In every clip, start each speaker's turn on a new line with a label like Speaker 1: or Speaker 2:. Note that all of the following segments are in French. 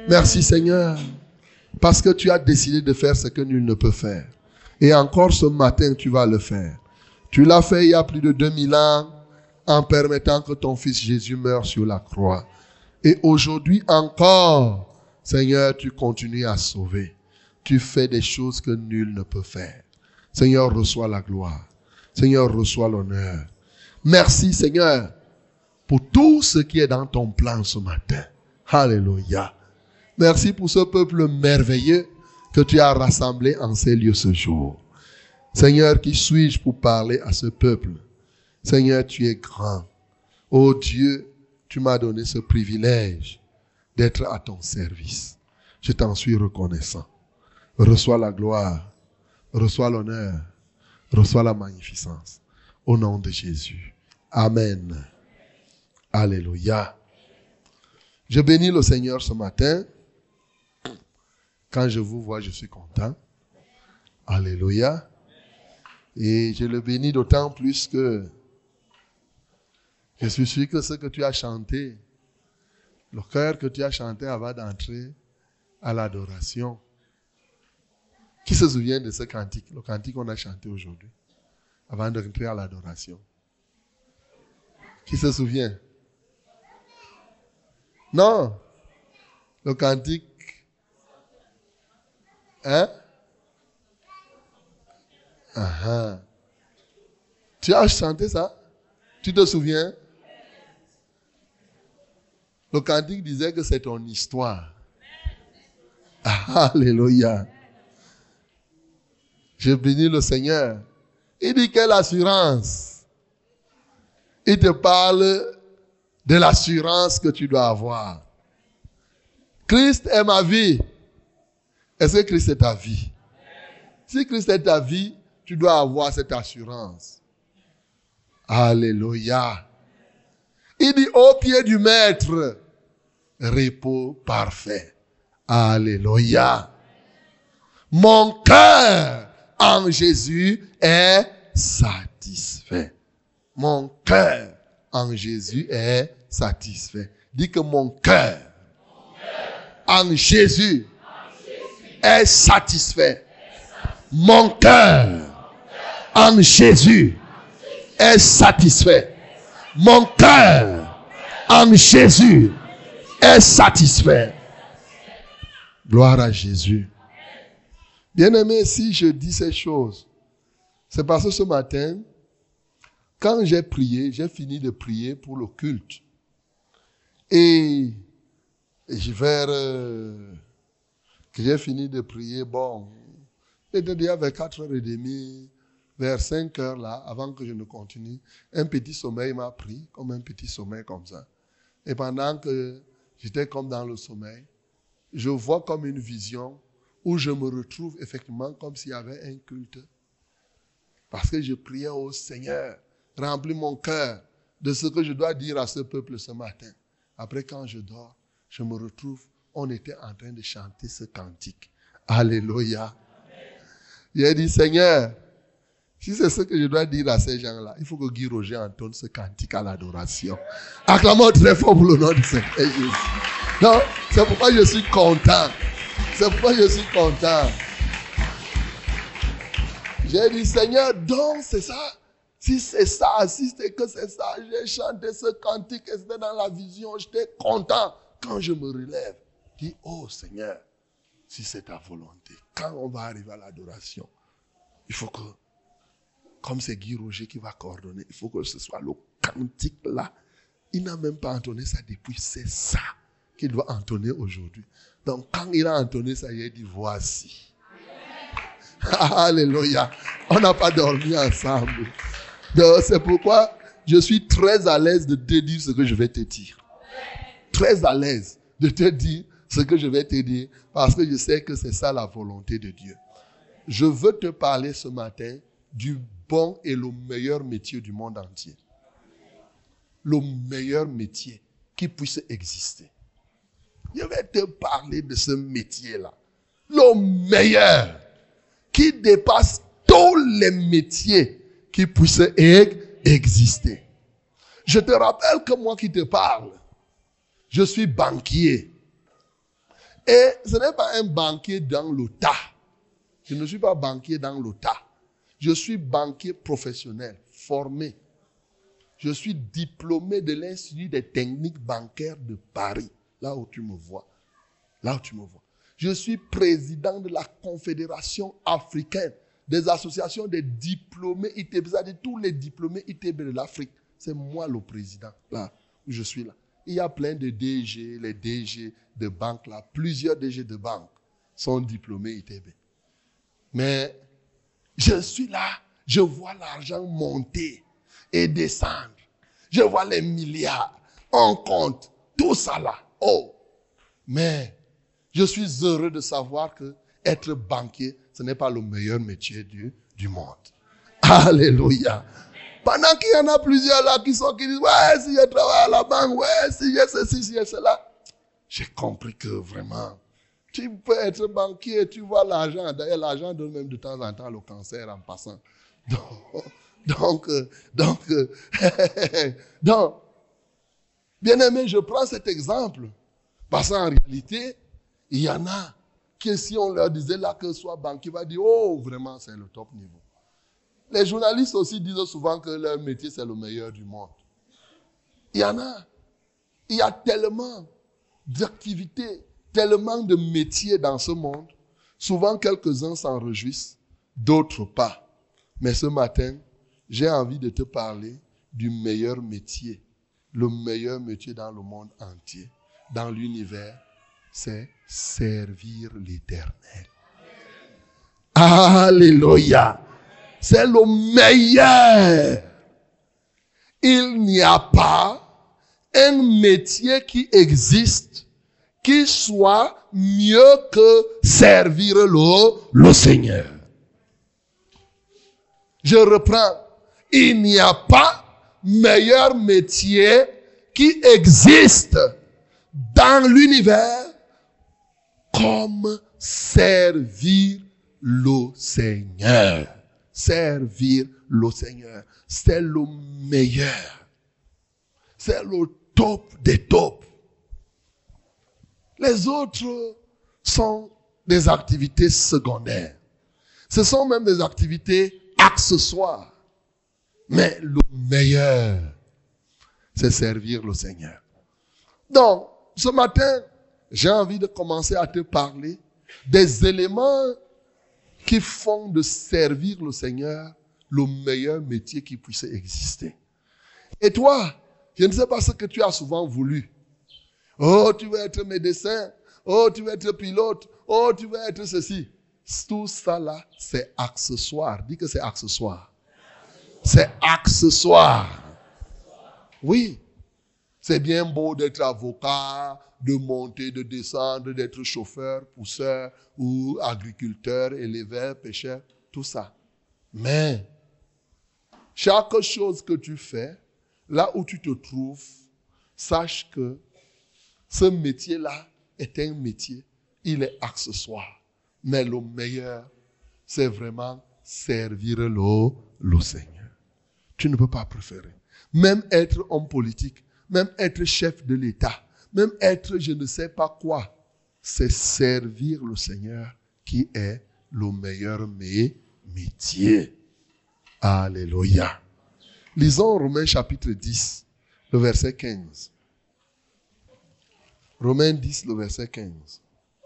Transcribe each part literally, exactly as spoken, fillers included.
Speaker 1: Merci Seigneur, parce que tu as décidé de faire ce que nul ne peut faire. Et encore ce matin, tu vas le faire. Tu l'as fait il y a plus de deux mille ans en permettant que ton fils Jésus meure sur la croix. Et aujourd'hui encore, Seigneur, tu continues à sauver. Tu fais des choses que nul ne peut faire. Seigneur, reçois la gloire. Seigneur, reçois l'honneur. Merci Seigneur pour tout ce qui est dans ton plan ce matin. Alléluia. Merci pour ce peuple merveilleux que tu as rassemblé en ces lieux ce jour. Seigneur, qui suis-je pour parler à ce peuple? Seigneur, tu es grand. Oh Dieu, tu m'as donné ce privilège d'être à ton service. Je t'en suis reconnaissant. Reçois la gloire, reçois l'honneur, reçois la magnificence. Au nom de Jésus. Amen. Alléluia. Je bénis le Seigneur ce matin. Quand je vous vois, je suis content. Alléluia. Et je le bénis d'autant plus que je suis sûr que ce que tu as chanté, le cœur que tu as chanté avant d'entrer à l'adoration. Qui se souvient de ce cantique, le cantique qu'on a chanté aujourd'hui, avant d'entrer à l'adoration? Qui se souvient? Non. Le cantique. Hein? Ah, tu as chanté ça? Tu te souviens? Le cantique disait que c'est ton histoire. Ah, alléluia. Je bénis le Seigneur. Il dit quelle assurance. Il te parle de l'assurance que tu dois avoir. Christ est ma vie. Est-ce que Christ est ta vie? Si Christ est ta vie, tu dois avoir cette assurance. Alléluia. Il dit au pied du Maître, repos parfait. Alléluia. Mon cœur en Jésus est satisfait. Mon cœur en Jésus est satisfait. Dis que mon cœur en Jésus est satisfait. Mon cœur en Jésus est satisfait. Mon cœur en Jésus est satisfait. Gloire à Jésus. Bien-aimé, si je dis ces choses, c'est parce que ce matin, quand j'ai prié, j'ai fini de prier pour le culte. Et, et vers euh, que j'ai fini de prier, bon, c'était déjà vers quatre heures trente, vers cinq heures là, avant que je ne continue, un petit sommeil m'a pris, comme un petit sommeil comme ça. Et pendant que j'étais comme dans le sommeil, je vois comme une vision où je me retrouve effectivement comme s'il y avait un culte. Parce que je priais au Seigneur, remplis mon cœur de ce que je dois dire à ce peuple ce matin. Après, quand je dors, je me retrouve, on était en train de chanter ce cantique. Alléluia. J'ai dit, Seigneur, si c'est ce que je dois dire à ces gens-là, il faut que Guy Roger entonne ce cantique à l'adoration. Acclamons très fort pour le nom du Seigneur Jésus. Non, c'est pourquoi je suis content. C'est pourquoi je suis content. J'ai dit, Seigneur, donc c'est ça. Si c'est ça, si c'est que c'est ça, j'ai chanté ce cantique et c'était dans la vision, j'étais content. Quand je me relève, je dis, oh Seigneur, si c'est ta volonté, quand on va arriver à l'adoration, il faut que, comme c'est Guy Roger qui va coordonner, il faut que ce soit le cantique là. Il n'a même pas entonné ça depuis, c'est ça qu'il doit entonner aujourd'hui. Donc quand il a entonné ça, il a dit, voici. Alléluia. On n'a pas dormi ensemble. Donc, c'est pourquoi je suis très à l'aise de te dire ce que je vais te dire. Très à l'aise de te dire ce que je vais te dire parce que je sais que c'est ça la volonté de Dieu. Je veux te parler ce matin du bon et le meilleur métier du monde entier. Le meilleur métier qui puisse exister. Je vais te parler de ce métier-là. Le meilleur qui dépasse tous les métiers qui puissent exister. Je te rappelle que moi qui te parle, je suis banquier. Et ce n'est pas un banquier dans le tas. Je ne suis pas banquier dans le tas. Je suis banquier professionnel, formé. Je suis diplômé de l'Institut des techniques bancaires de Paris. Là où tu me vois. Là où tu me vois. Je suis président de la Confédération africaine des associations des diplômés I T B. C'est-à-dire tous les diplômés I T B de l'Afrique. C'est moi le président, là où je suis là. Il y a plein de D G, les D G de banques là. Plusieurs D G de banques sont diplômés I T B. Mais je suis là, je vois l'argent monter et descendre. Je vois les milliards, on compte, tout ça là. Oh, mais je suis heureux de savoir que être banquier, ce n'est pas le meilleur métier du, du monde. Alléluia. Pendant qu'il y en a plusieurs là qui sont qui disent, ouais, si je travaille à la banque, ouais, si j'ai ceci, si j'ai cela. J'ai compris que vraiment, tu peux être banquier, tu vois l'argent. D'ailleurs, l'argent donne même de temps en temps le cancer en passant. Donc, donc, donc, donc bien aimé, je prends cet exemple. Parce qu'en réalité, il y en a qui, si on leur disait là que soit banquier, va dire, oh, vraiment, c'est le top niveau. Les journalistes aussi disent souvent que leur métier, c'est le meilleur du monde. Il y en a. Il y a tellement d'activités, tellement de métiers dans ce monde. Souvent, quelques-uns s'en réjouissent, d'autres pas. Mais ce matin, j'ai envie de te parler du meilleur métier. Le meilleur métier dans le monde entier, dans l'univers, c'est servir l'Éternel. Alléluia. C'est le meilleur. Il n'y a pas un métier qui existe qui soit mieux que servir le, le Seigneur. Je reprends. Il n'y a pas meilleur métier qui existe dans l'univers comme servir le Seigneur. Servir le Seigneur. C'est le meilleur. C'est le top des tops. Les autres sont des activités secondaires. Ce sont même des activités accessoires. Mais le meilleur, c'est servir le Seigneur. Donc, ce matin, j'ai envie de commencer à te parler des éléments qui font de servir le Seigneur le meilleur métier qui puisse exister. Et toi, je ne sais pas ce que tu as souvent voulu. Oh, tu veux être médecin. Oh, tu veux être pilote. Oh, tu veux être ceci. Tout ça là, c'est accessoire. Dis que c'est accessoire. C'est accessoire. Oui. C'est bien beau d'être avocat, de monter, de descendre, d'être chauffeur, pousseur, ou agriculteur, éleveur, pêcheur, tout ça. Mais, chaque chose que tu fais, là où tu te trouves, sache que ce métier-là est un métier, il est accessoire. Mais le meilleur, c'est vraiment servir le, le Seigneur. Tu ne peux pas préférer. Même être homme politique, même être chef de l'État, même être je ne sais pas quoi, c'est servir le Seigneur qui est le meilleur métier. Alléluia. Lisons Romains chapitre dix, le verset quinze. Romains dix, le verset quinze.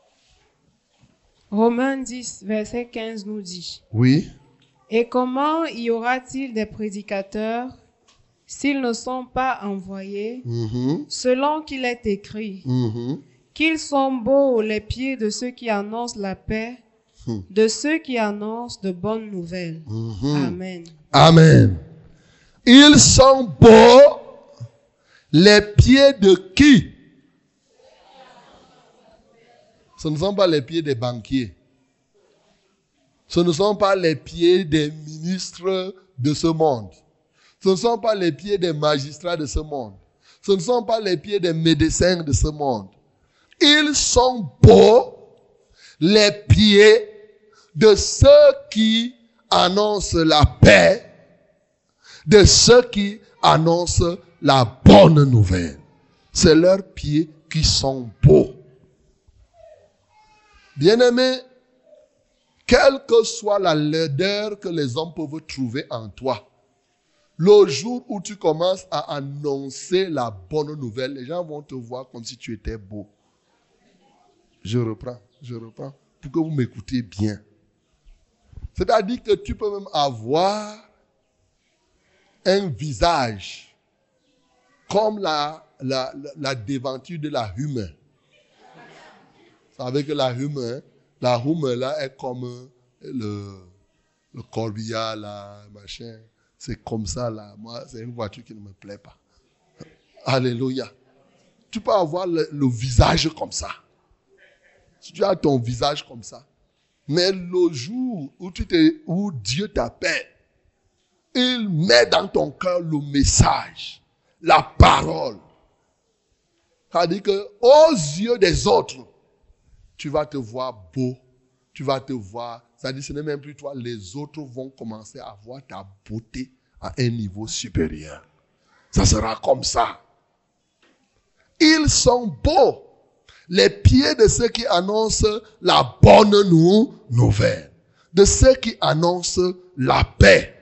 Speaker 2: Romains dix, verset quinze nous dit.
Speaker 1: Oui.
Speaker 2: Et comment y aura-t-il des prédicateurs s'ils ne sont pas envoyés,
Speaker 1: Mm-hmm.
Speaker 2: selon qu'il est écrit,
Speaker 1: Mm-hmm.
Speaker 2: qu'ils sont beaux les pieds de ceux qui annoncent la paix,
Speaker 1: Mm.
Speaker 2: de ceux qui annoncent de bonnes nouvelles.
Speaker 1: Mm-hmm.
Speaker 2: Amen.
Speaker 1: Amen. Ils sont beaux les pieds de qui? Ce ne sont pas les pieds des banquiers. Ce ne sont pas les pieds des ministres de ce monde. Ce ne sont pas les pieds des magistrats de ce monde. Ce ne sont pas les pieds des médecins de ce monde. Ils sont beaux les pieds de ceux qui annoncent la paix, de ceux qui annoncent la bonne nouvelle. C'est leurs pieds qui sont beaux. Bien-aimé, quelle que soit la laideur que les hommes peuvent trouver en toi, le jour où tu commences à annoncer la bonne nouvelle, les gens vont te voir comme si tu étais beau. Je reprends, je reprends, pour que vous m'écoutiez bien. C'est-à-dire que tu peux même avoir un visage comme la, la, la, la déventure de la hume. Vous savez que la hume, la hume là est comme le, le corbillard là, machin. C'est comme ça là. Moi, c'est une voiture qui ne me plaît pas. Alléluia. Tu peux avoir le, le visage comme ça. Si tu as ton visage comme ça. Mais le jour où, tu te, où Dieu t'appelle, il met dans ton cœur le message, la parole. C'est-à-dire qu'aux yeux des autres, tu vas te voir beau, tu vas te voir, c'est-à-dire que ce n'est même plus toi, les autres vont commencer à voir ta beauté à un niveau supérieur. Ça sera comme ça. Ils sont beaux. Les pieds de ceux qui annoncent la bonne nouvelle, de ceux qui annoncent la paix.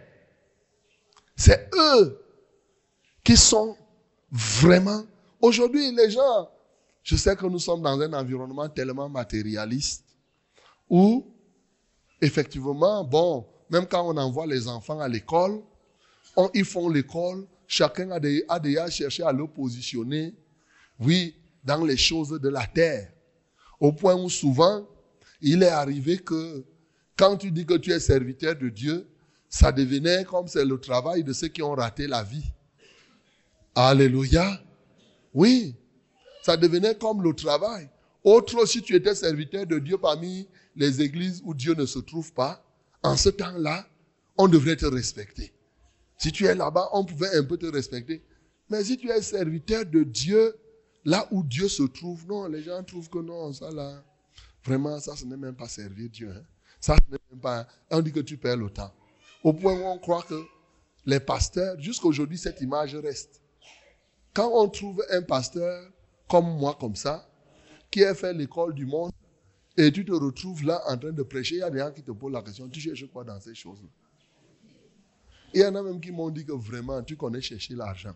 Speaker 1: C'est eux qui sont vraiment... Aujourd'hui, les gens, je sais que nous sommes dans un environnement tellement matérialiste où, effectivement, bon, même quand on envoie les enfants à l'école, on, ils font l'école, chacun a, des, a déjà cherché à le positionner, oui, dans les choses de la terre. Au point où souvent, il est arrivé que quand tu dis que tu es serviteur de Dieu, ça devenait comme c'est le travail de ceux qui ont raté la vie. Alléluia. Oui, ça devenait comme le travail. Autre, si tu étais serviteur de Dieu parmi les églises où Dieu ne se trouve pas, en ce temps-là, on devrait te respecter. Si tu es là-bas, on pouvait un peu te respecter. Mais si tu es serviteur de Dieu, là où Dieu se trouve, non, les gens trouvent que non, ça là, vraiment, ça, ce n'est même pas servir Dieu. Hein. Ça, ce n'est même pas, on dit que tu perds le temps. Au point où on croit que les pasteurs, jusqu'aujourd'hui, cette image reste. Quand on trouve un pasteur comme moi, comme ça, qui a fait l'école du monde, et tu te retrouves là en train de prêcher, il y a des gens qui te posent la question, tu cherches quoi dans ces choses-là? Il y en a même qui m'ont dit que vraiment, tu connais chercher l'argent.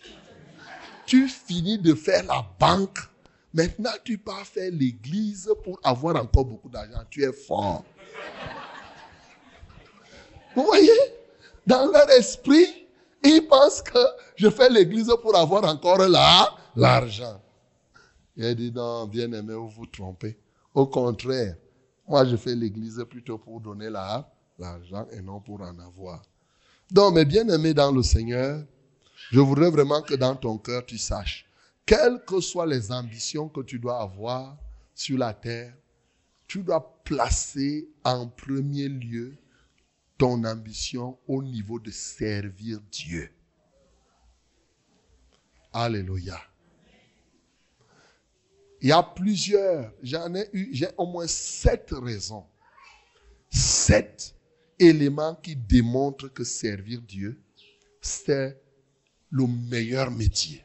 Speaker 1: Tu finis de faire la banque, maintenant tu pars faire l'église pour avoir encore beaucoup d'argent. Tu es fort. Vous voyez? Dans leur esprit, ils pensent que je fais l'église pour avoir encore là, l'argent. Il dit non, bien aimé, vous vous trompez. Au contraire, moi je fais l'église plutôt pour donner la, l'argent et non pour en avoir. Donc, mes bien-aimés dans le Seigneur, je voudrais vraiment que dans ton cœur, tu saches, quelles que soient les ambitions que tu dois avoir sur la terre, tu dois placer en premier lieu ton ambition au niveau de servir Dieu. Alléluia. Il y a plusieurs, j'en ai eu, j'ai au moins sept raisons, sept éléments qui démontrent que servir Dieu, c'est le meilleur métier.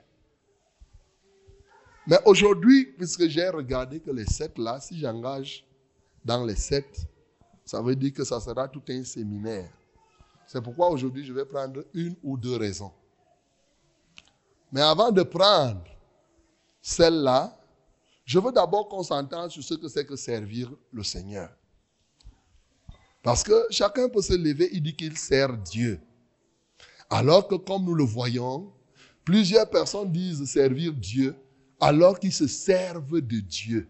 Speaker 1: Mais aujourd'hui, puisque j'ai regardé que les sept là, si j'engage dans les sept, ça veut dire que ça sera tout un séminaire. C'est pourquoi aujourd'hui, je vais prendre une ou deux raisons. Mais avant de prendre celle-là, je veux d'abord qu'on s'entende sur ce que c'est que servir le Seigneur. Parce que chacun peut se lever et dire qu'il sert Dieu. Alors que comme nous le voyons, plusieurs personnes disent servir Dieu alors qu'ils se servent de Dieu.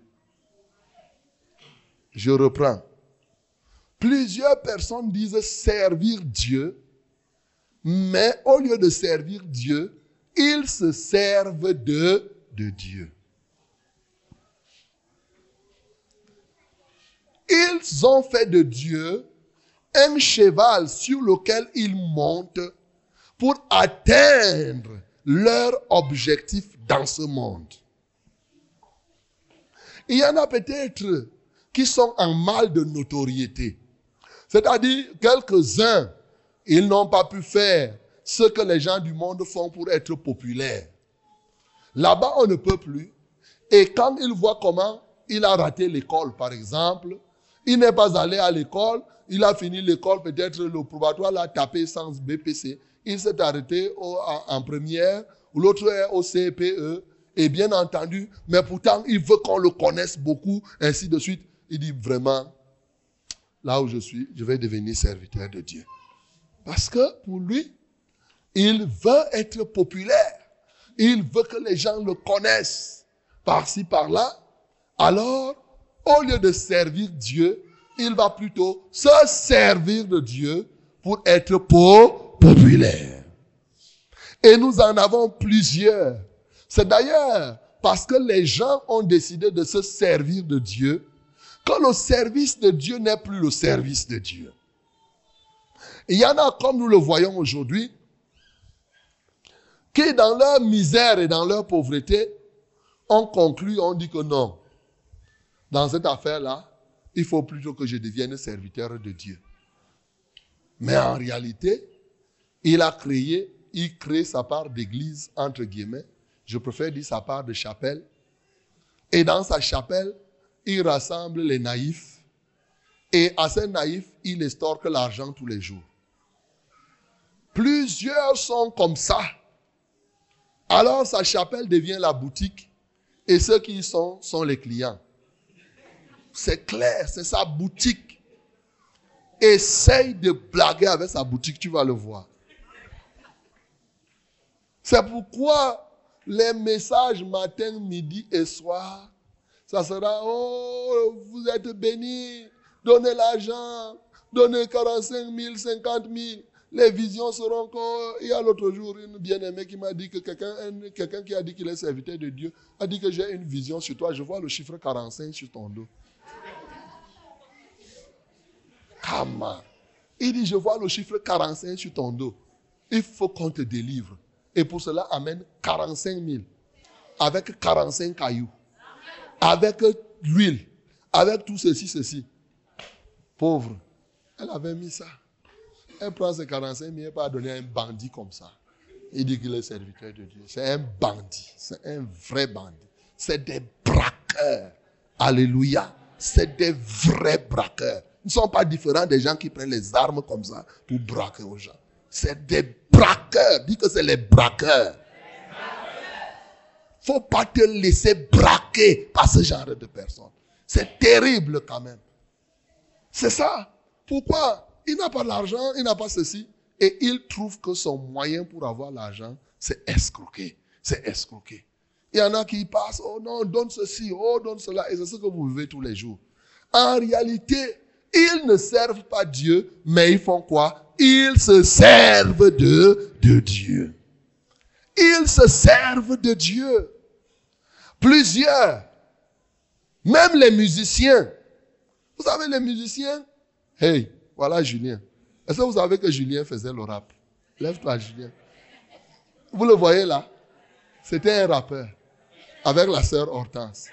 Speaker 1: Je reprends. Plusieurs personnes disent servir Dieu, mais au lieu de servir Dieu, ils se servent de, de Dieu. Ils ont fait de Dieu un cheval sur lequel ils montent pour atteindre leur objectif dans ce monde. Il y en a peut-être qui sont en mal de notoriété. C'est-à-dire, quelques-uns, ils n'ont pas pu faire ce que les gens du monde font pour être populaires. Là-bas, on ne peut plus. Et quand ils voient comment il a raté l'école, par exemple. Il n'est pas allé à l'école. Il a fini l'école, peut-être le probatoire l'a tapé sans B P C. Il s'est arrêté au, en, en première, l'autre est au C P E. Et bien entendu, mais pourtant, il veut qu'on le connaisse beaucoup, ainsi de suite. Il dit vraiment, là où je suis, je vais devenir serviteur de Dieu. Parce que pour lui, il veut être populaire. Il veut que les gens le connaissent par-ci, par-là. Alors, au lieu de servir Dieu, il va plutôt se servir de Dieu pour être populaire. Et nous en avons plusieurs. C'est d'ailleurs parce que les gens ont décidé de se servir de Dieu que le service de Dieu n'est plus le service de Dieu. Il y en a, comme nous le voyons aujourd'hui, qui dans leur misère et dans leur pauvreté ont conclu, ont dit que non, dans cette affaire-là, il faut plutôt que je devienne serviteur de Dieu. Mais en réalité, il a créé, il crée sa part d'église, entre guillemets. Je préfère dire sa part de chapelle. Et dans sa chapelle, il rassemble les naïfs. Et à ces naïfs, il estorque l'argent tous les jours. Plusieurs sont comme ça. Alors sa chapelle devient la boutique. Et ceux qui y sont, sont les clients. C'est clair, c'est sa boutique. Essaye de blaguer avec sa boutique, tu vas le voir. C'est pourquoi les messages matin, midi et soir, ça sera, oh, vous êtes bénis, donnez l'argent, donnez quarante-cinq mille, cinquante mille. Les visions seront que... Il y a l'autre jour, une bien-aimée qui m'a dit que quelqu'un, quelqu'un qui a dit qu'il est serviteur de Dieu, a dit que j'ai une vision sur toi, je vois le chiffre quarante-cinq sur ton dos. Comment? Il dit, je vois le chiffre quarante-cinq sur ton dos. Il faut qu'on te délivre. Et pour cela, amène quarante-cinq mille. Avec quarante-cinq cailloux. Avec l'huile. Avec tout ceci, ceci. Pauvre. Elle avait mis ça. Elle prend ses quarante-cinq mille et pas donner à un bandit comme ça. Il dit qu'il est serviteur de Dieu. C'est un bandit. C'est un vrai bandit. C'est des braqueurs. Alléluia. C'est des vrais braqueurs. Ils ne sont pas différents des gens qui prennent les armes comme ça pour braquer aux gens. C'est des braqueurs. Dis que c'est les braqueurs. Il ne faut pas te laisser braquer par ce genre de personnes. C'est terrible quand même. C'est ça. Pourquoi? Il n'a pas l'argent, il n'a pas ceci. Et il trouve que son moyen pour avoir l'argent, c'est escroquer. C'est escroquer. Il y en a qui passent, oh non, donne ceci, oh donne cela. Et c'est ce que vous vivez tous les jours. En réalité, ils ne servent pas Dieu, mais ils font quoi? Ils se servent de, de Dieu. Ils se servent de Dieu. Plusieurs. Même les musiciens. Vous savez, les musiciens? Hey, voilà Julien. Est-ce que vous savez que Julien faisait le rap? Lève-toi, Julien. Vous le voyez là? C'était un rappeur. Avec la sœur Hortense.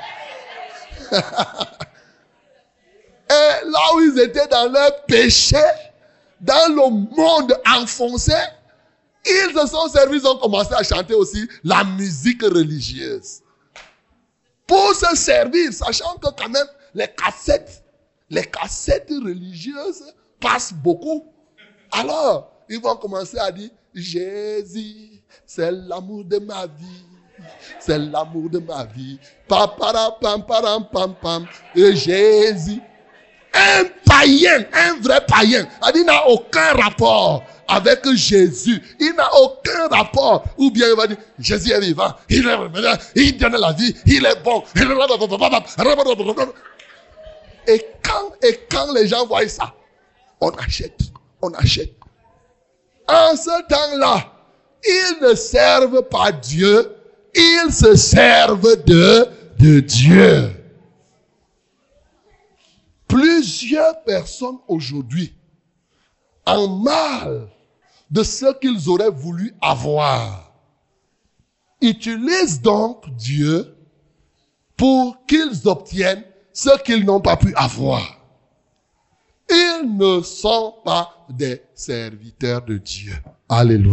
Speaker 1: Et là où ils étaient dans leur péché, dans le monde enfoncé, ils se sont servis, ils ont commencé à chanter aussi la musique religieuse. Pour se servir, sachant que quand même, les cassettes, les cassettes religieuses passent beaucoup. Alors, ils vont commencer à dire, Jésus, c'est l'amour de ma vie. C'est l'amour de ma vie. Papara, pam, param, pam, pam. Et Jésus. Un païen, un vrai païen, il n'a aucun rapport avec Jésus. Il n'a aucun rapport. Ou bien il va dire, Jésus est vivant, il, est, il donne la vie, il est bon. Et quand, et quand les gens voient ça, on achète, on achète. En ce temps-là, ils ne servent pas Dieu, ils se servent de, de Dieu. Plusieurs personnes aujourd'hui, en mal de ce qu'ils auraient voulu avoir, utilisent donc Dieu pour qu'ils obtiennent ce qu'ils n'ont pas pu avoir. Ils ne sont pas des serviteurs de Dieu.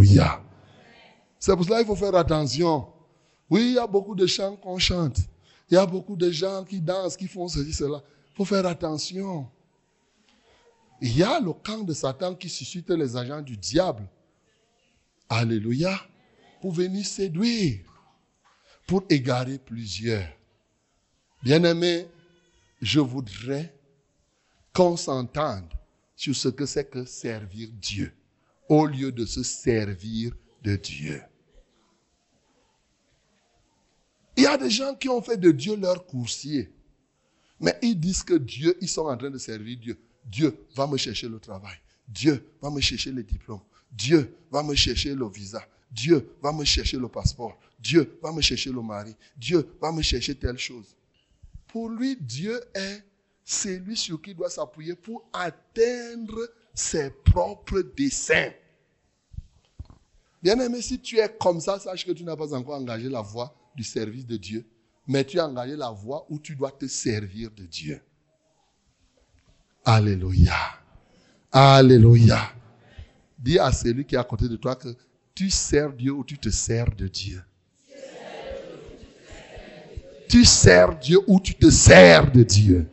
Speaker 1: Alléluia. C'est pour cela qu'il faut faire attention. Oui, il y a beaucoup de chants qu'on chante. Il y a beaucoup de gens qui dansent, qui font ceci, cela. Il faut faire attention. Il y a le camp de Satan qui suscite les agents du diable. Alléluia. Pour venir séduire. Pour égarer plusieurs. Bien-aimés, je voudrais qu'on s'entende sur ce que c'est que servir Dieu, au lieu de se servir de Dieu. Il y a des gens qui ont fait de Dieu leur coursier, mais ils disent que Dieu, ils sont en train de servir Dieu. Dieu va me chercher le travail. Dieu va me chercher les diplômes. Dieu va me chercher le visa. Dieu va me chercher le passeport. Dieu va me chercher le mari. Dieu va me chercher telle chose. Pour lui, Dieu est celui sur qui il doit s'appuyer pour atteindre ses propres desseins. Bien-aimé, si tu es comme ça, sache que tu n'as pas encore engagé la voie du service de Dieu, mais tu as engagé la voie où tu dois te servir de Dieu. Alléluia. Alléluia. Dis à celui qui est à côté de toi que tu sers Dieu ou tu te sers de Dieu. Tu sers Dieu ou tu te sers de Dieu.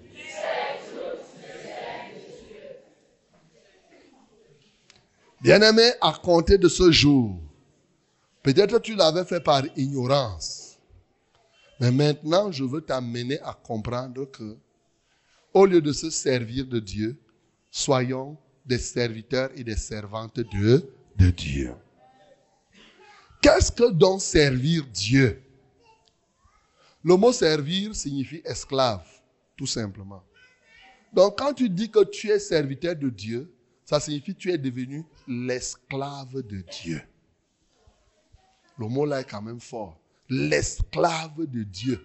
Speaker 1: Bien-aimé, à compter de ce jour, peut-être tu l'avais fait par ignorance, mais maintenant je veux t'amener à comprendre que, au lieu de se servir de Dieu, soyons des serviteurs et des servantes de, de Dieu. Qu'est-ce que donc servir Dieu? Le mot servir signifie esclave, tout simplement. Donc quand tu dis que tu es serviteur de Dieu, ça signifie que tu es devenu l'esclave de Dieu. Le mot là est quand même fort. L'esclave de Dieu.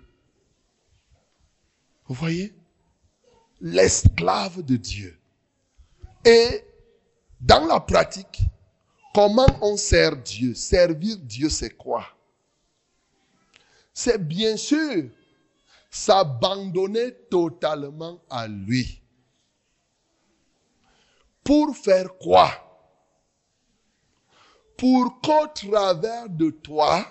Speaker 1: Vous voyez? L'esclave de Dieu. Et dans la pratique, comment on sert Dieu? Servir Dieu, c'est quoi? C'est bien sûr s'abandonner totalement à lui. Pour faire quoi? Pour qu'au travers de toi,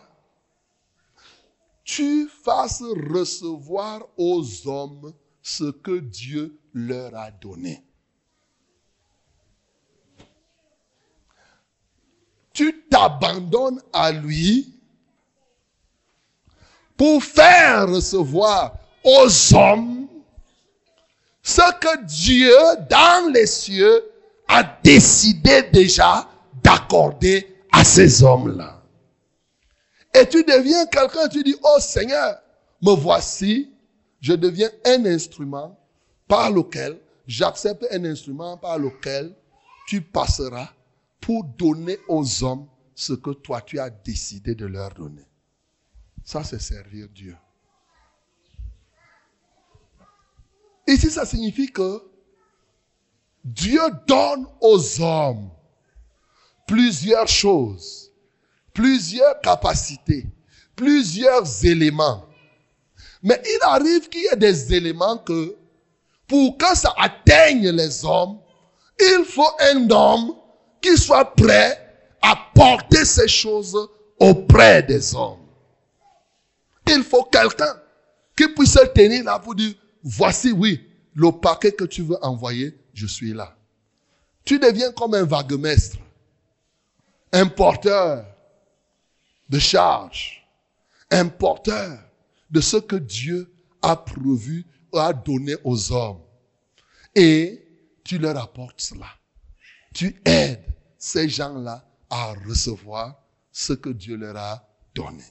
Speaker 1: tu fasses recevoir aux hommes ce que Dieu leur a donné. Tu t'abandonnes à lui pour faire recevoir aux hommes ce que Dieu, dans les cieux, a décidé déjà d'accorder à ces hommes-là. Et tu deviens quelqu'un, tu dis, oh Seigneur, me voici, je deviens un instrument par lequel, j'accepte un instrument par lequel tu passeras pour donner aux hommes ce que toi tu as décidé de leur donner. Ça, c'est servir Dieu. Ici, ça signifie que Dieu donne aux hommes plusieurs choses, plusieurs capacités, plusieurs éléments. Mais il arrive qu'il y ait des éléments que, pour que ça atteigne les hommes, il faut un homme qui soit prêt à porter ces choses auprès des hommes. Il faut quelqu'un qui puisse se tenir là pour dire, voici, oui, le paquet que tu veux envoyer, je suis là. Tu deviens comme un vaguemestre, un porteur de charge, un porteur de ce que Dieu a prévu, a donné aux hommes. Et tu leur apportes cela. Tu aides ces gens-là à recevoir ce que Dieu leur a donné.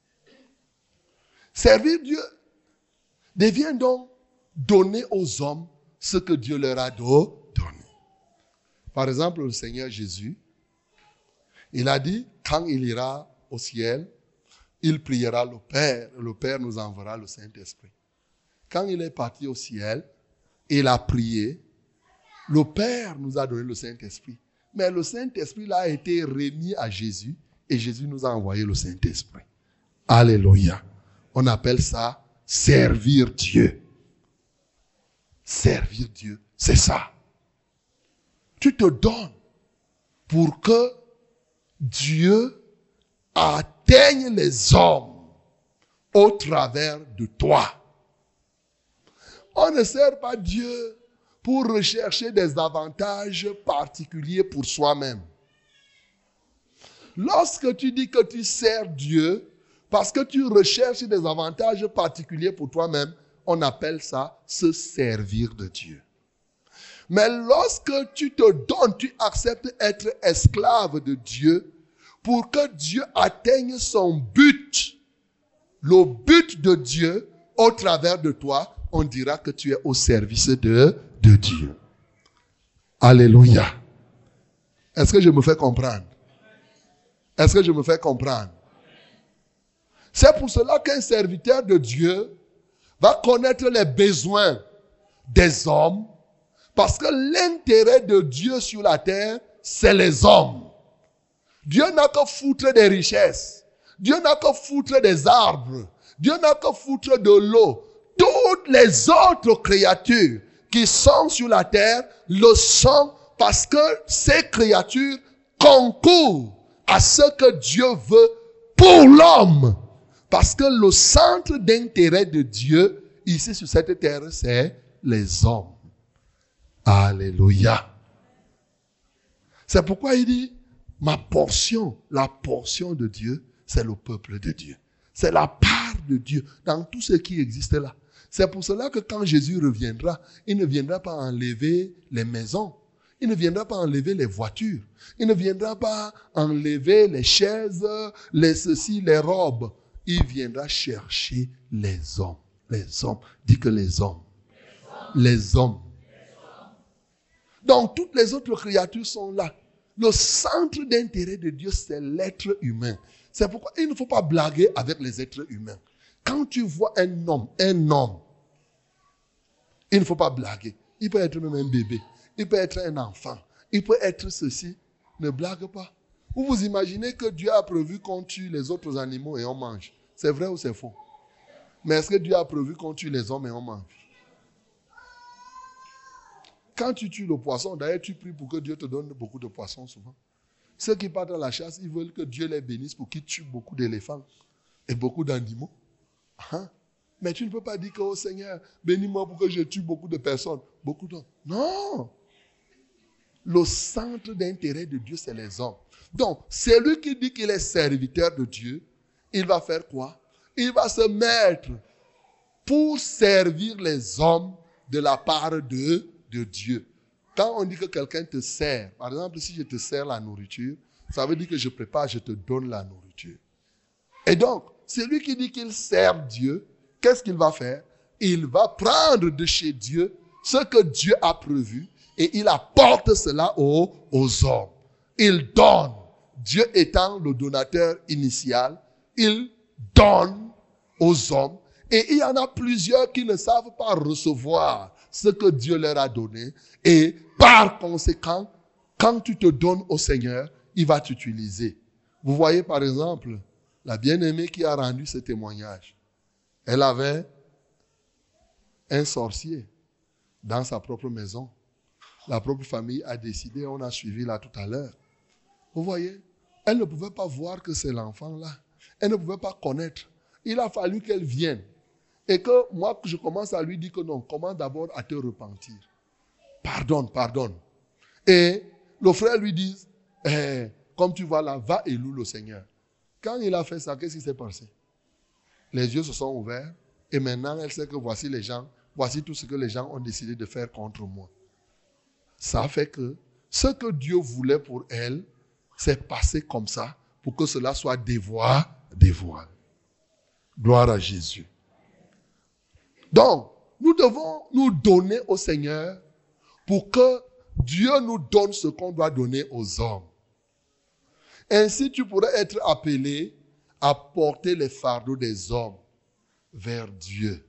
Speaker 1: Servir Dieu devient donc donner aux hommes ce que Dieu leur a donné. Par exemple, le Seigneur Jésus, il a dit, quand il ira au ciel, il priera le Père, le Père nous enverra le Saint-Esprit. Quand il est parti au ciel, il a prié, le Père nous a donné le Saint-Esprit. Mais le Saint-Esprit là a été remis à Jésus et Jésus nous a envoyé le Saint-Esprit. Alléluia. On appelle ça servir Dieu. Servir Dieu, c'est ça. Tu te donnes pour que Dieu atteigne les hommes au travers de toi. On ne sert pas Dieu pour rechercher des avantages particuliers pour soi-même. Lorsque tu dis que tu sers Dieu parce que tu recherches des avantages particuliers pour toi-même, on appelle ça se servir de Dieu. Mais lorsque tu te donnes, tu acceptes être esclave de Dieu pour que Dieu atteigne son but, le but de Dieu au travers de toi, on dira que tu es au service de, de Dieu. Alléluia. Est-ce que je me fais comprendre? Est-ce que je me fais comprendre? C'est pour cela qu'un serviteur de Dieu va connaître les besoins des hommes, parce que l'intérêt de Dieu sur la terre, c'est les hommes. Dieu n'a que foutre des richesses. Dieu n'a que foutre des arbres. Dieu n'a que foutre de l'eau. Toutes les autres créatures qui sont sur la terre le sont parce que ces créatures concourent à ce que Dieu veut pour l'homme. Parce que le centre d'intérêt de Dieu, ici sur cette terre, c'est les hommes. Alléluia. C'est pourquoi il dit, ma portion, la portion de Dieu, c'est le peuple de Dieu. C'est la part de Dieu dans tout ce qui existe là. C'est pour cela que quand Jésus reviendra, il ne viendra pas enlever les maisons. Il ne viendra pas enlever les voitures. Il ne viendra pas enlever les chaises, les ceci, les robes. Il viendra chercher les hommes. Les hommes. Dis que les hommes. Les hommes. Les hommes. Donc, toutes les autres créatures sont là. Le centre d'intérêt de Dieu, c'est l'être humain. C'est pourquoi il ne faut pas blaguer avec les êtres humains. Quand tu vois un homme, un homme, il ne faut pas blaguer. Il peut être même un bébé. Il peut être un enfant. Il peut être ceci. Ne blague pas. Vous vous imaginez que Dieu a prévu qu'on tue les autres animaux et on mange. C'est vrai ou c'est faux? Mais est-ce que Dieu a prévu qu'on tue les hommes et on mange? Quand tu tues le poisson, d'ailleurs tu pries pour que Dieu te donne beaucoup de poissons souvent. Ceux qui partent à la chasse, ils veulent que Dieu les bénisse pour qu'ils tuent beaucoup d'éléphants et beaucoup d'animaux. Hein? Mais tu ne peux pas dire que, oh Seigneur, bénis-moi pour que je tue beaucoup de personnes. Beaucoup d'hommes. Non! Le centre d'intérêt de Dieu, c'est les hommes. Donc, celui qui dit qu'il est serviteur de Dieu, il va faire quoi? Il va se mettre pour servir les hommes de la part de, de Dieu. Quand on dit que quelqu'un te sert, par exemple, si je te sers la nourriture, ça veut dire que je prépare, je te donne la nourriture. Et donc, celui qui dit qu'il sert Dieu, qu'est-ce qu'il va faire? Il va prendre de chez Dieu ce que Dieu a prévu et il apporte cela aux, aux hommes. Il donne. Dieu étant le donateur initial, il donne aux hommes. Et il y en a plusieurs qui ne savent pas recevoir ce que Dieu leur a donné. Et par conséquent, quand tu te donnes au Seigneur, il va t'utiliser. Vous voyez par exemple, la bien-aimée qui a rendu ce témoignage. Elle avait un sorcier dans sa propre maison. La propre famille a décidé, on a suivi là tout à l'heure. Vous voyez, elle ne pouvait pas voir que c'est l'enfant là. Elle ne pouvait pas connaître. Il a fallu qu'elle vienne. Et que moi, je commence à lui dire que non, commence d'abord à te repentir. Pardonne, pardonne. Et le frère lui dit, eh, comme tu vois là, va et loue le Seigneur. Quand il a fait ça, qu'est-ce qui s'est passé? Les yeux se sont ouverts et maintenant elle sait que voici les gens, voici tout ce que les gens ont décidé de faire contre moi. Ça fait que ce que Dieu voulait pour elle, c'est passé comme ça pour que cela soit dévoilé. dévoilé. Gloire à Jésus. Donc, nous devons nous donner au Seigneur pour que Dieu nous donne ce qu'on doit donner aux hommes. Ainsi, tu pourrais être appelé à porter les fardeaux des hommes vers Dieu.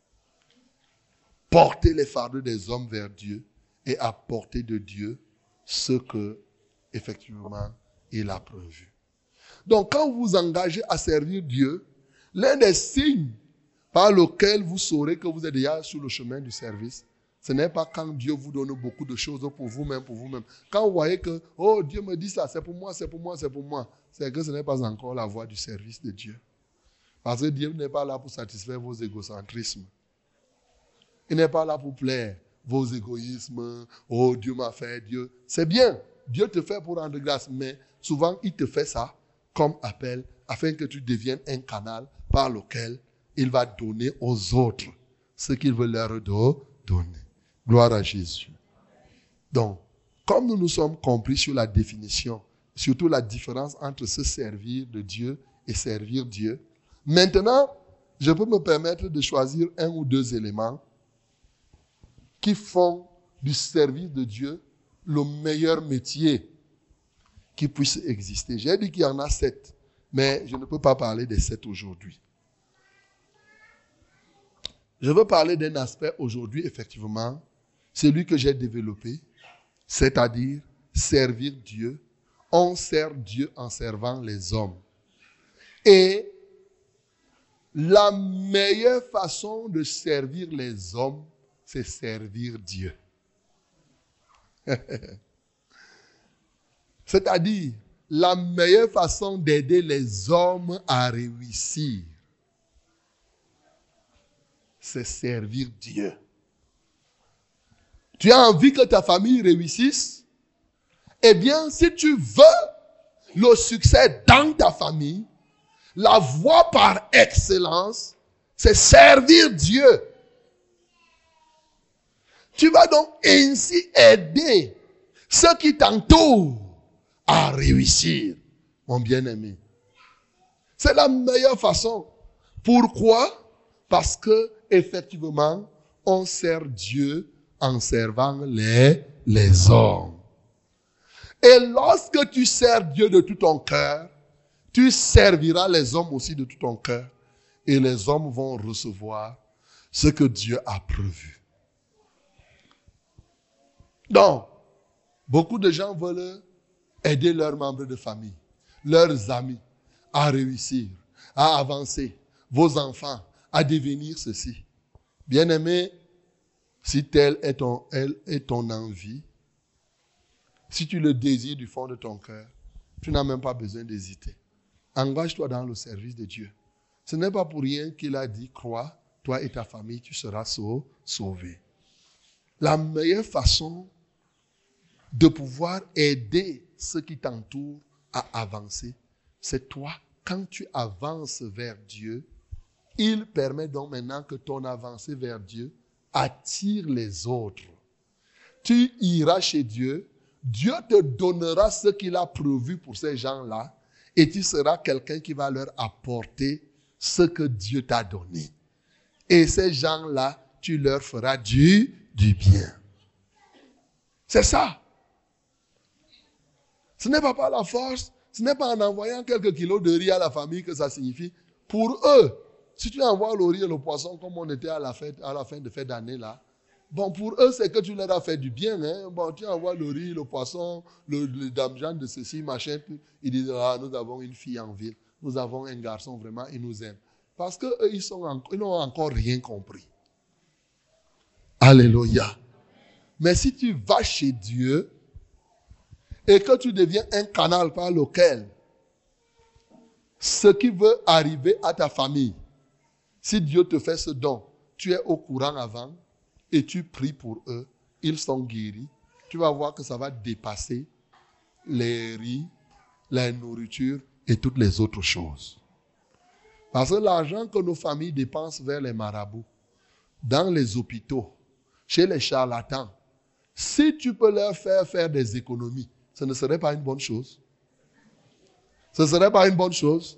Speaker 1: Porter les fardeaux des hommes vers Dieu et apporter de Dieu ce que, effectivement, il a prévu. Donc, quand vous vous engagez à servir Dieu, l'un des signes par lequel vous saurez que vous êtes déjà sur le chemin du service, ce n'est pas quand Dieu vous donne beaucoup de choses pour vous-même, pour vous-même. Quand vous voyez que, oh, Dieu me dit ça, c'est pour moi, c'est pour moi, c'est pour moi, c'est que ce n'est pas encore la voie du service de Dieu. Parce que Dieu n'est pas là pour satisfaire vos égocentrismes. Il n'est pas là pour plaire. Vos égoïsmes, oh Dieu m'a fait, Dieu. C'est bien, Dieu te fait pour rendre grâce, mais souvent il te fait ça comme appel afin que tu deviennes un canal par lequel il va donner aux autres ce qu'il veut leur donner. Gloire à Jésus. Donc, comme nous nous sommes compris sur la définition, surtout la différence entre se servir de Dieu et servir Dieu, maintenant, je peux me permettre de choisir un ou deux éléments qui font du service de Dieu le meilleur métier qui puisse exister. J'ai dit qu'il y en a sept, mais je ne peux pas parler des sept aujourd'hui. Je veux parler d'un aspect aujourd'hui, effectivement, celui que j'ai développé, c'est-à-dire servir Dieu. On sert Dieu en servant les hommes. Et la meilleure façon de servir les hommes, c'est servir Dieu. C'est-à-dire, la meilleure façon d'aider les hommes à réussir, c'est servir Dieu. Tu as envie que ta famille réussisse? Eh bien, si tu veux le succès dans ta famille, la voie par excellence, c'est servir Dieu. Tu vas donc ainsi aider ceux qui t'entourent à réussir, mon bien-aimé. C'est la meilleure façon. Pourquoi? Parce que, effectivement, on sert Dieu en servant les, les hommes. Et lorsque tu sers Dieu de tout ton cœur, tu serviras les hommes aussi de tout ton cœur. Et les hommes vont recevoir ce que Dieu a prévu. Donc, beaucoup de gens veulent aider leurs membres de famille, leurs amis à réussir, à avancer, vos enfants à devenir ceci. Bien-aimé, si telle est ton, elle est ton envie, si tu le désires du fond de ton cœur, tu n'as même pas besoin d'hésiter. Engage-toi dans le service de Dieu. Ce n'est pas pour rien qu'il a dit, crois, toi et ta famille, tu seras sauvé. La meilleure façon de pouvoir aider ceux qui t'entourent à avancer, c'est toi, quand tu avances vers Dieu, il permet donc maintenant que ton avancée vers Dieu attire les autres. Tu iras chez Dieu, Dieu te donnera ce qu'il a prévu pour ces gens-là et tu seras quelqu'un qui va leur apporter ce que Dieu t'a donné. Et ces gens-là, tu leur feras du, du bien. C'est ça. Ce n'est pas par la force, ce n'est pas en envoyant quelques kilos de riz à la famille que ça signifie. Pour eux, si tu envoies le riz et le poisson comme on était à la, fête, à la fin de fête d'année là, bon, pour eux, c'est que tu leur as fait du bien. Hein? Bon, tu envoies le riz, le poisson, le, le damjan de ceci, machin. Ils disent, ah, nous avons une fille en ville. Nous avons un garçon, vraiment, ils nous aiment. Parce qu'eux, ils, ils n'ont encore rien compris. Alléluia. Mais si tu vas chez Dieu et que tu deviens un canal par lequel ce qui veut arriver à ta famille, si Dieu te fait ce don, tu es au courant avant, et tu pries pour eux, ils sont guéris, tu vas voir que ça va dépasser les riz, la nourriture et toutes les autres choses. Parce que l'argent que nos familles dépensent vers les marabouts, dans les hôpitaux, chez les charlatans, si tu peux leur faire faire des économies, ce ne serait pas une bonne chose. Ce ne serait pas une bonne chose.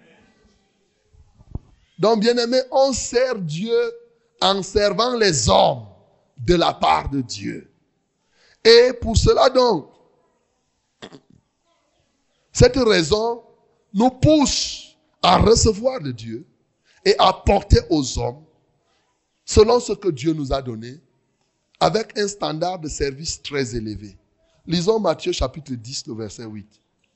Speaker 1: Donc, bien-aimé, on sert Dieu en servant les hommes de la part de Dieu. Et pour cela donc, cette raison nous pousse à recevoir de Dieu et à porter aux hommes selon ce que Dieu nous a donné avec un standard de service très élevé. Lisons Matthieu chapitre dix, le verset huit.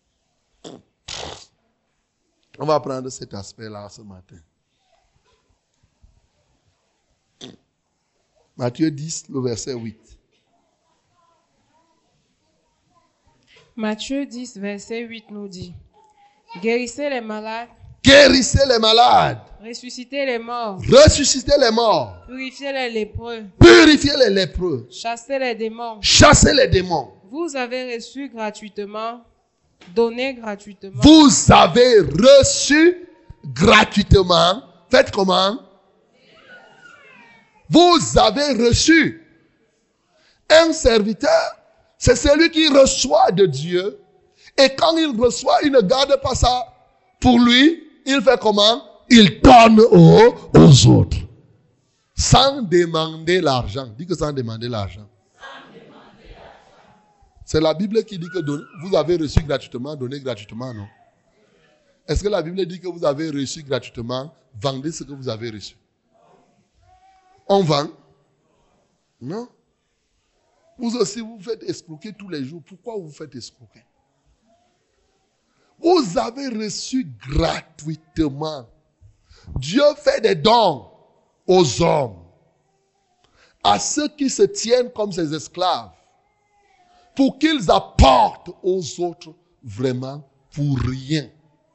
Speaker 1: On va prendre cet aspect-là ce matin. Matthieu dix, le verset huit.
Speaker 2: Matthieu dix, verset huit nous dit, « Guérissez les malades
Speaker 1: Guérissez les malades.
Speaker 2: Ressuscitez les morts.
Speaker 1: Ressuscitez les morts.
Speaker 2: Purifiez les lépreux.
Speaker 1: Purifiez les lépreux.
Speaker 2: Chassez les démons.
Speaker 1: Chassez les démons.
Speaker 2: Vous avez reçu gratuitement. Donnez gratuitement.
Speaker 1: Vous avez reçu gratuitement. Faites comment? Vous avez reçu. Un serviteur, c'est celui qui reçoit de Dieu. Et quand il reçoit, il ne garde pas ça pour lui. Il fait comment? Il donne aux, aux autres. Sans demander l'argent. Dis que sans demander l'argent. C'est la Bible qui dit que don, vous avez reçu gratuitement, donnez gratuitement, non? Est-ce que la Bible dit que vous avez reçu gratuitement, vendez ce que vous avez reçu? On vend? Non. Vous aussi, vous faites escroquer tous les jours. Pourquoi vous faites escroquer? Vous avez reçu gratuitement. Dieu fait des dons aux hommes, à ceux qui se tiennent comme ses esclaves, pour qu'ils apportent aux autres vraiment pour rien.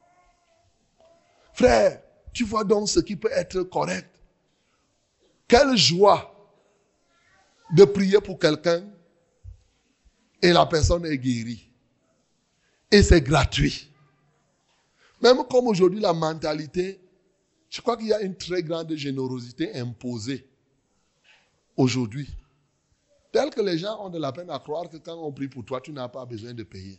Speaker 1: Frère, tu vois donc ce qui peut être correct. Quelle joie de prier pour quelqu'un et la personne est guérie. Et c'est gratuit. Même comme aujourd'hui la mentalité, je crois qu'il y a une très grande générosité imposée aujourd'hui. Tel que les gens ont de la peine à croire que quand on prie pour toi, tu n'as pas besoin de payer.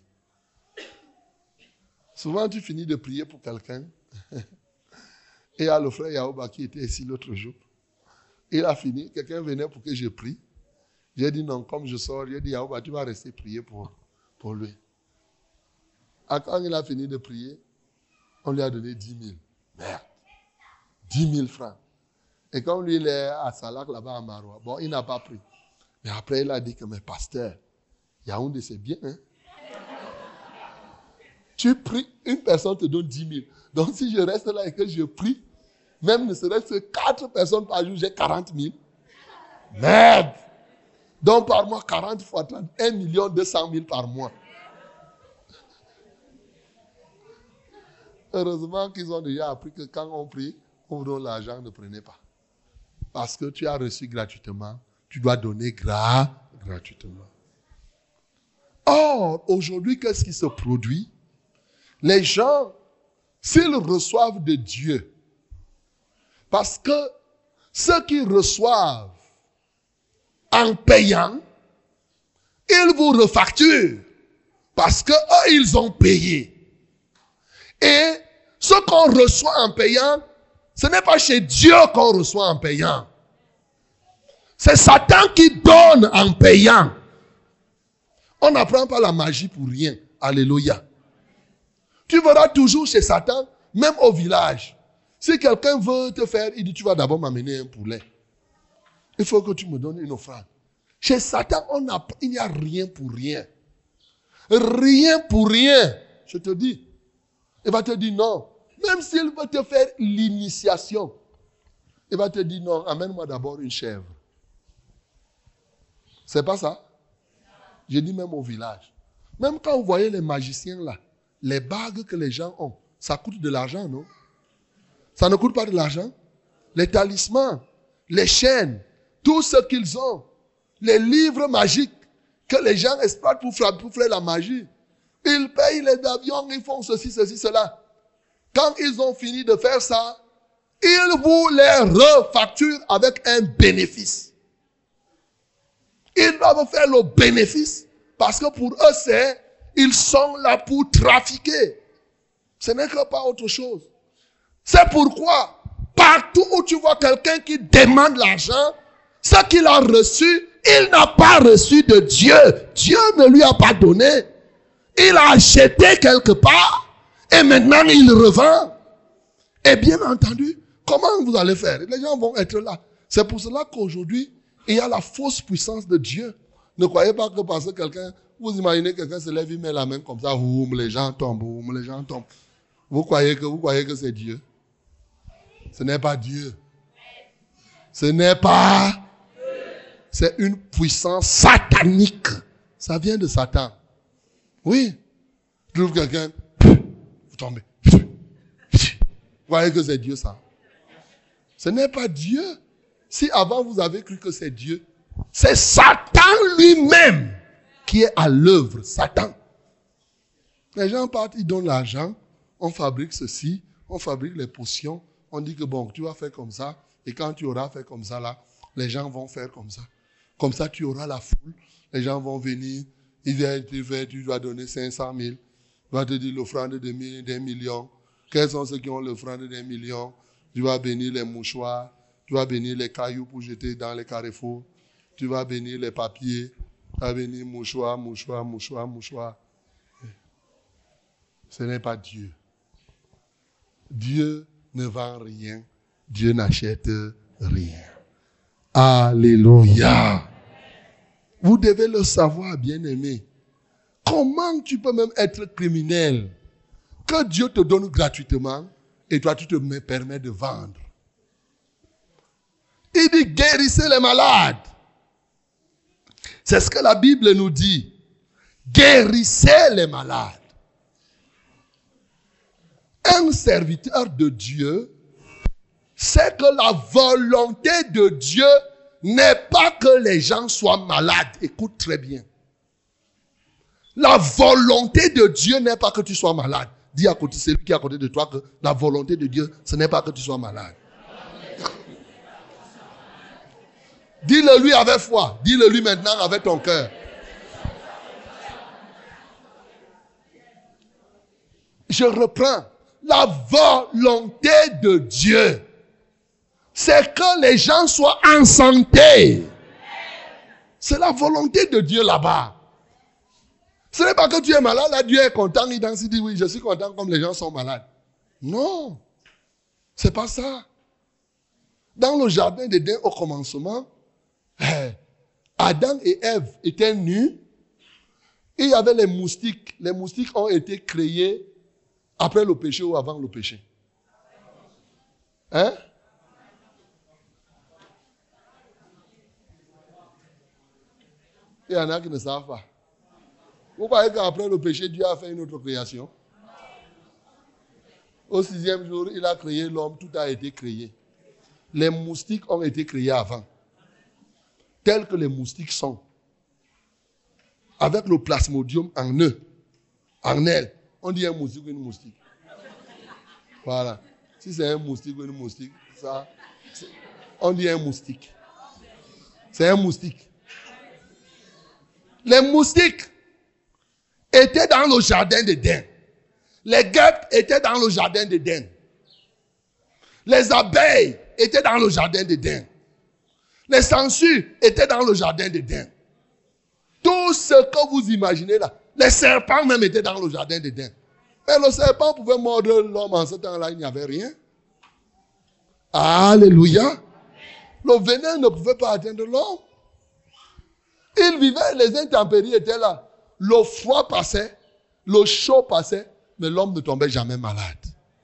Speaker 1: Souvent, tu finis de prier pour quelqu'un. Et il y a le frère Yaouba qui était ici l'autre jour. Il a fini, quelqu'un venait pour que je prie. J'ai dit non, comme je sors, j'ai dit Yaouba, tu vas rester prier pour, pour lui. Et quand il a fini de prier, on lui a donné dix mille. Merde. dix mille francs. Et comme lui, il est à Salak, là-bas à Maroua, bon, il n'a pas pris. Mais après, il a dit que, mais pasteur, Yaoundé, c'est bien, hein? Tu pries, une personne te donne dix mille. Donc, si je reste là et que je prie, même ne serait-ce que quatre personnes par jour, j'ai quarante mille. Merde! Donc, par mois, quarante fois trente, un million deux cent mille par mois. Heureusement qu'ils ont déjà appris que quand on prie, on vous donne l'argent, ne prenez pas. Parce que tu as reçu gratuitement, tu dois donner gra- gratuitement. Or, aujourd'hui, qu'est-ce qui se produit? Les gens, s'ils reçoivent de Dieu, parce que ceux qui reçoivent en payant, ils vous refacturent parce qu'eux, ils ont payé. Et ce qu'on reçoit en payant, ce n'est pas chez Dieu qu'on reçoit en payant. C'est Satan qui donne en payant. On n'apprend pas la magie pour rien. Alléluia. Tu verras toujours chez Satan, même au village. Si quelqu'un veut te faire, il dit, tu vas d'abord m'amener un poulet. Il faut que tu me donnes une offrande. Chez Satan, on a, il n'y a rien pour rien. Rien pour rien. Je te dis. Il va te dire non. Même s'il veut te faire l'initiation, il va te dire non, amène-moi d'abord une chèvre. C'est pas ça? Je dis même au village. Même quand vous voyez les magiciens là, les bagues que les gens ont, ça coûte de l'argent, non? Ça ne coûte pas de l'argent? Les talismans, les chaînes, tout ce qu'ils ont, les livres magiques que les gens exploitent pour faire, pour faire la magie. Ils payent les avions, ils font ceci, ceci, cela. Quand ils ont fini de faire ça, ils vous les refacturent avec un bénéfice. Ils doivent faire le bénéfice parce que pour eux, c'est, ils sont là pour trafiquer. Ce n'est que pas autre chose. C'est pourquoi, partout où tu vois quelqu'un qui demande l'argent, ce qu'il a reçu, il n'a pas reçu de Dieu. Dieu ne lui a pas donné. Il a acheté quelque part et maintenant il revend. Et bien entendu, comment vous allez faire? Les gens vont être là. C'est pour cela qu'aujourd'hui, il y a la fausse puissance de Dieu. Ne croyez pas que parce que quelqu'un, vous imaginez quelqu'un se lève, il met la main comme ça, boum, les gens tombent, boum, les gens tombent. Vous croyez que, vous croyez que c'est Dieu? Ce n'est pas Dieu. Ce n'est pas. C'est une puissance satanique. Ça vient de Satan. Oui. Tu trouves quelqu'un, vous tombez. voyez que c'est Dieu ça? Ce n'est pas Dieu. Si avant vous avez cru que c'est Dieu, c'est Satan lui-même qui est à l'œuvre. Satan. Les gens partent, ils donnent l'argent, on fabrique ceci, on fabrique les potions, on dit que bon, tu vas faire comme ça, et quand tu auras fait comme ça là, les gens vont faire comme ça. Comme ça, tu auras la foule, les gens vont venir, ils viennent te faire, tu dois donner cinq cent mille, tu vas te dire l'offrande de d'un million. Quels sont ceux qui ont l'offrande d'un million? Tu vas bénir les mouchoirs, tu vas bénir les cailloux pour jeter dans les carrefours, tu vas bénir les papiers, tu vas bénir mouchoirs, mouchoirs, mouchoirs, mouchoirs. Ce n'est pas Dieu. Dieu ne vend rien. Dieu n'achète rien. Alléluia. Vous devez le savoir, bien-aimé. Comment tu peux même être criminel que Dieu te donne gratuitement et toi tu te permets de vendre? Il dit guérissez les malades. C'est ce que la Bible nous dit. Guérissez les malades. Un serviteur de Dieu sait que la volonté de Dieu n'est pas que les gens soient malades. Écoute très bien. La volonté de Dieu n'est pas que tu sois malade. Dis à côté, celui qui est à côté de toi que la volonté de Dieu, ce n'est pas que tu sois malade. Dis-le lui avec foi. Dis-le lui maintenant avec ton cœur. Je reprends. La volonté de Dieu, c'est que les gens soient en santé. C'est la volonté de Dieu là-bas. Ce n'est pas que tu es malade, là Dieu est content, il danse, il dit oui, je suis content comme les gens sont malades. Non, c'est pas ça. Dans le jardin d'Éden au commencement, Adam et Ève étaient nus. Et il y avait les moustiques. Les moustiques ont été créés après le péché ou avant le péché? Hein? Il y en a qui ne savent pas. Vous croyez qu'après le péché, Dieu a fait une autre création? Au sixième jour, il a créé l'homme, tout a été créé. Les moustiques ont été créés avant. Tels que les moustiques sont. Avec le plasmodium en eux, en elle. On dit un moustique ou une moustique. Voilà. Si c'est un moustique ou une moustique, ça, on dit un moustique. C'est un moustique. Les moustiques étaient dans le jardin d'Éden. Les guêpes étaient dans le jardin d'Éden. Les abeilles étaient dans le jardin d'Éden. Les sangsues étaient dans le jardin d'Éden. Tout ce que vous imaginez là, les serpents même étaient dans le jardin d'Éden. Mais le serpent pouvait mordre l'homme en ce temps-là, il n'y avait rien. Alléluia. Le venin ne pouvait pas atteindre l'homme. Il vivait, les intempéries étaient là. Le froid passait, le chaud passait, mais l'homme ne tombait jamais malade.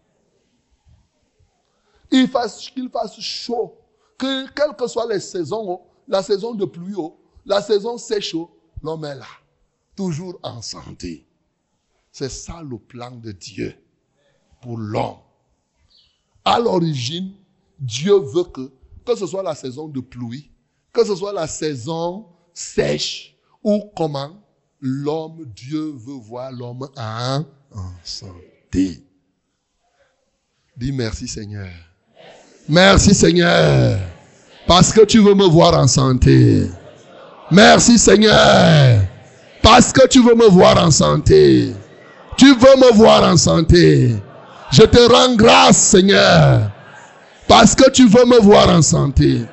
Speaker 1: Il fasse, qu'il fasse chaud, que quelles que soient les saisons, la saison de pluie, la saison sèche, l'homme est là, toujours en santé. C'est ça le plan de Dieu pour l'homme. À l'origine, Dieu veut que, que ce soit la saison de pluie, que ce soit la saison sèche, ou comment, l'homme, Dieu veut voir l'homme en, en santé. Dis merci Seigneur. Merci Seigneur. Parce que tu veux me voir en santé. Merci Seigneur. Parce que tu veux me voir en santé. Tu veux me voir en santé. Je te rends grâce Seigneur. Parce que tu veux me voir en santé.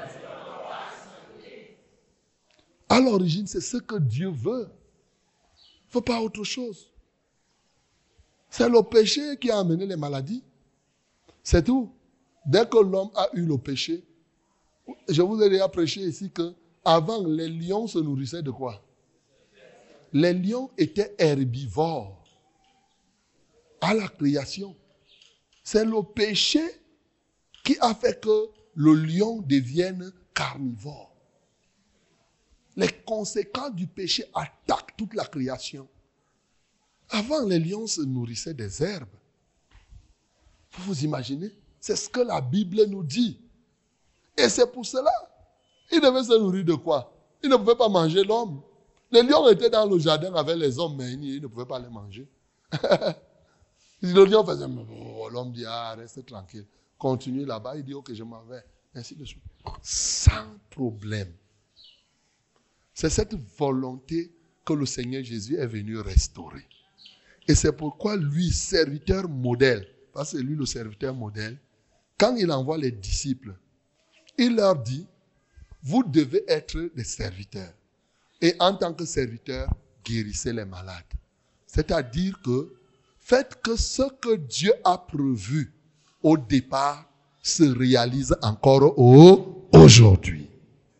Speaker 1: À l'origine, c'est ce que Dieu veut. Il ne faut pas autre chose. C'est le péché qui a amené les maladies. C'est tout. Dès que l'homme a eu le péché, je vous ai déjà prêché ici que avant, les lions se nourrissaient de quoi? Les lions étaient herbivores. À la création. C'est le péché qui a fait que le lion devienne carnivore. Les conséquences du péché attaquent toute la création. Avant, les lions se nourrissaient des herbes. Vous vous imaginez? C'est ce que la Bible nous dit. Et c'est pour cela. Il devait se nourrir de quoi? Il ne pouvait pas manger l'homme. Les lions étaient dans le jardin avec les hommes, mais ils ne pouvaient pas les manger. Le lion faisait, oh, l'homme dit, ah, reste tranquille. Continue là-bas, il dit, ok, je m'en vais. Ainsi de suite. Sans problème. C'est cette volonté que le Seigneur Jésus est venu restaurer. Et c'est pourquoi lui, serviteur modèle, parce que c'est lui le serviteur modèle, quand il envoie les disciples, il leur dit, vous devez être des serviteurs. Et en tant que serviteurs, guérissez les malades. C'est-à-dire que faites que ce que Dieu a prévu au départ se réalise encore au, aujourd'hui.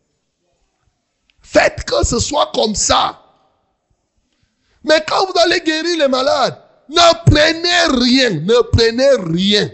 Speaker 1: Faites que ce soit comme ça. Mais quand vous allez guérir les malades, ne prenez rien, ne prenez rien.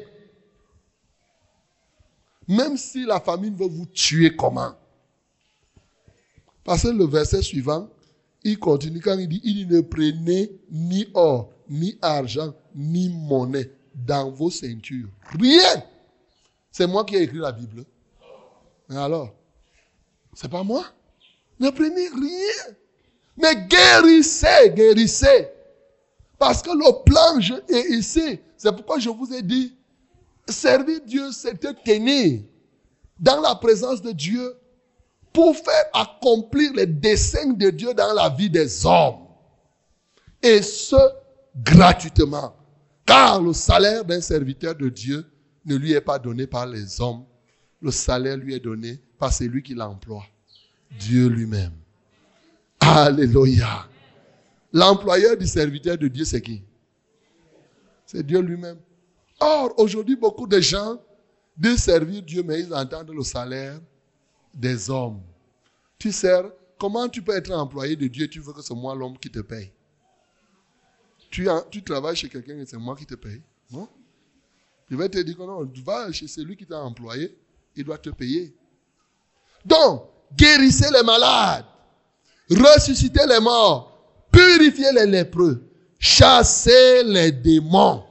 Speaker 1: Même si la famine veut vous tuer, comment? Parce que le verset suivant, il continue quand il dit, il ne prenez ni or, ni argent, ni monnaie dans vos ceintures. Rien. C'est moi qui ai écrit la Bible. Mais alors, c'est pas moi. Ne prenez rien. Mais guérissez, guérissez. Parce que le plan est ici. C'est pourquoi je vous ai dit, servir Dieu, c'est te tenir dans la présence de Dieu pour faire accomplir les desseins de Dieu dans la vie des hommes. Et ce, gratuitement. Car le salaire d'un serviteur de Dieu ne lui est pas donné par les hommes. Le salaire lui est donné par celui qui l'emploie. Dieu lui-même. Alléluia. L'employeur du serviteur de Dieu, c'est qui? C'est Dieu lui-même. Or, aujourd'hui, beaucoup de gens disent servir Dieu, mais ils entendent le salaire des hommes. Tu sers, comment tu peux être employé de Dieu et tu veux que c'est moi l'homme qui te paye? Tu, tu travailles chez quelqu'un et c'est moi qui te paye? Non? Je vais te dire que non, tu vas chez celui qui t'a employé, il doit te payer. Donc, guérissez les malades, ressuscitez les morts, purifiez les lépreux, chassez les démons.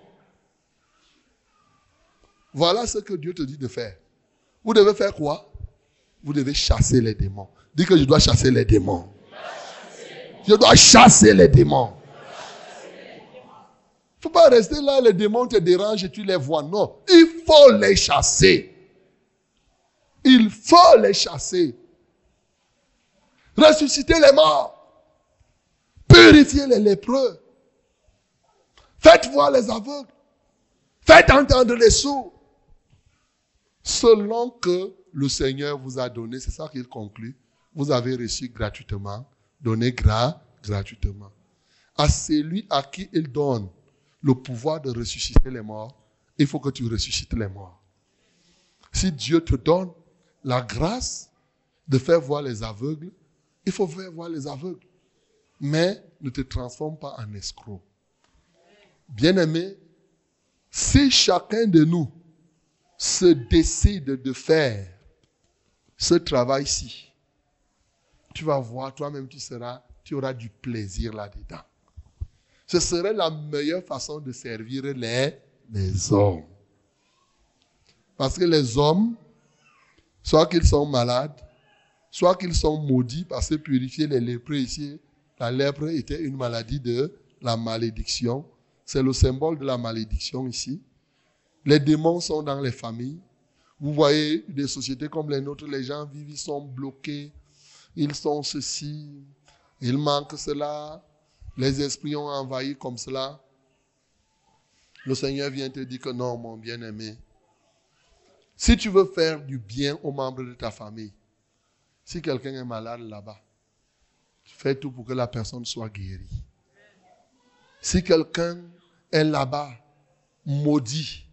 Speaker 1: Voilà ce que Dieu te dit de faire. Vous devez faire quoi? Vous devez chasser les démons. Dis que je dois chasser les démons. Je dois chasser les démons. Il ne faut pas rester là, les démons te dérangent et tu les vois. Non, il faut les chasser. Il faut les chasser. Ressusciter les morts. Purifier les lépreux. Faites voir les aveugles. Faites entendre les sourds. Selon que le Seigneur vous a donné, c'est ça qu'il conclut, vous avez reçu gratuitement, donné gra, gratuitement. À celui à qui il donne le pouvoir de ressusciter les morts, il faut que tu ressuscites les morts. Si Dieu te donne la grâce de faire voir les aveugles, il faut faire voir les aveugles. Mais ne te transforme pas en escroc. Bien-aimé, si chacun de nous se décide de faire ce travail-ci, tu vas voir, toi-même tu seras, tu auras du plaisir là-dedans. Ce serait la meilleure façon de servir les, les hommes. Parce que les hommes, soit qu'ils sont malades, soit qu'ils sont maudits, parce que purifier les lépreux ici, la lèpre était une maladie de la malédiction. C'est le symbole de la malédiction ici. Les démons sont dans les familles. Vous voyez des sociétés comme les nôtres, les gens vivent, ils sont bloqués, ils sont ceci, ils manquent cela, les esprits ont envahi comme cela. Le Seigneur vient te dire que non, mon bien-aimé. Si tu veux faire du bien aux membres de ta famille, si quelqu'un est malade là-bas, fais tout pour que la personne soit guérie. Si quelqu'un est là-bas, maudit,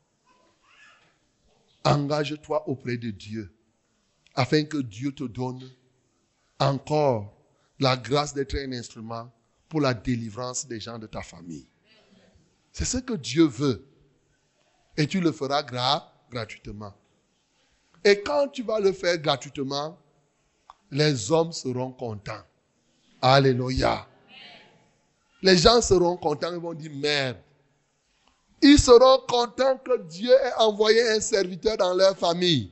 Speaker 1: engage-toi auprès de Dieu, afin que Dieu te donne encore la grâce d'être un instrument pour la délivrance des gens de ta famille. C'est ce que Dieu veut. Et tu le feras gra- gratuitement. Et quand tu vas le faire gratuitement, les hommes seront contents. Alléluia. Les gens seront contents, ils vont dire, merde, Ils seront contents que Dieu ait envoyé un serviteur dans leur famille.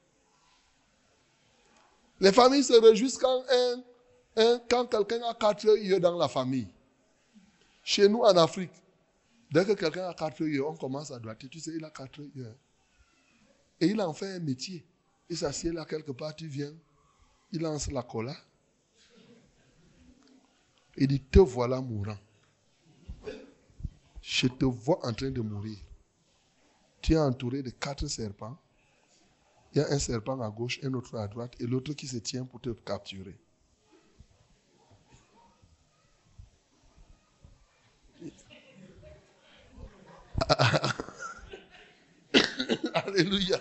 Speaker 1: Les familles se réjouissent quand, un, un, quand quelqu'un a quatre yeux dans la famille. Chez nous en Afrique, dès que quelqu'un a quatre yeux, on commence à droiter. Tu sais, il a quatre yeux. Et il en fait un métier. Il s'assied là quelque part, tu viens. Il lance la cola. Il dit, te voilà mourant. Je te vois en train de mourir. Tu es entouré de quatre serpents. Il y a un serpent à gauche, un autre à droite et l'autre qui se tient pour te capturer. Alléluia.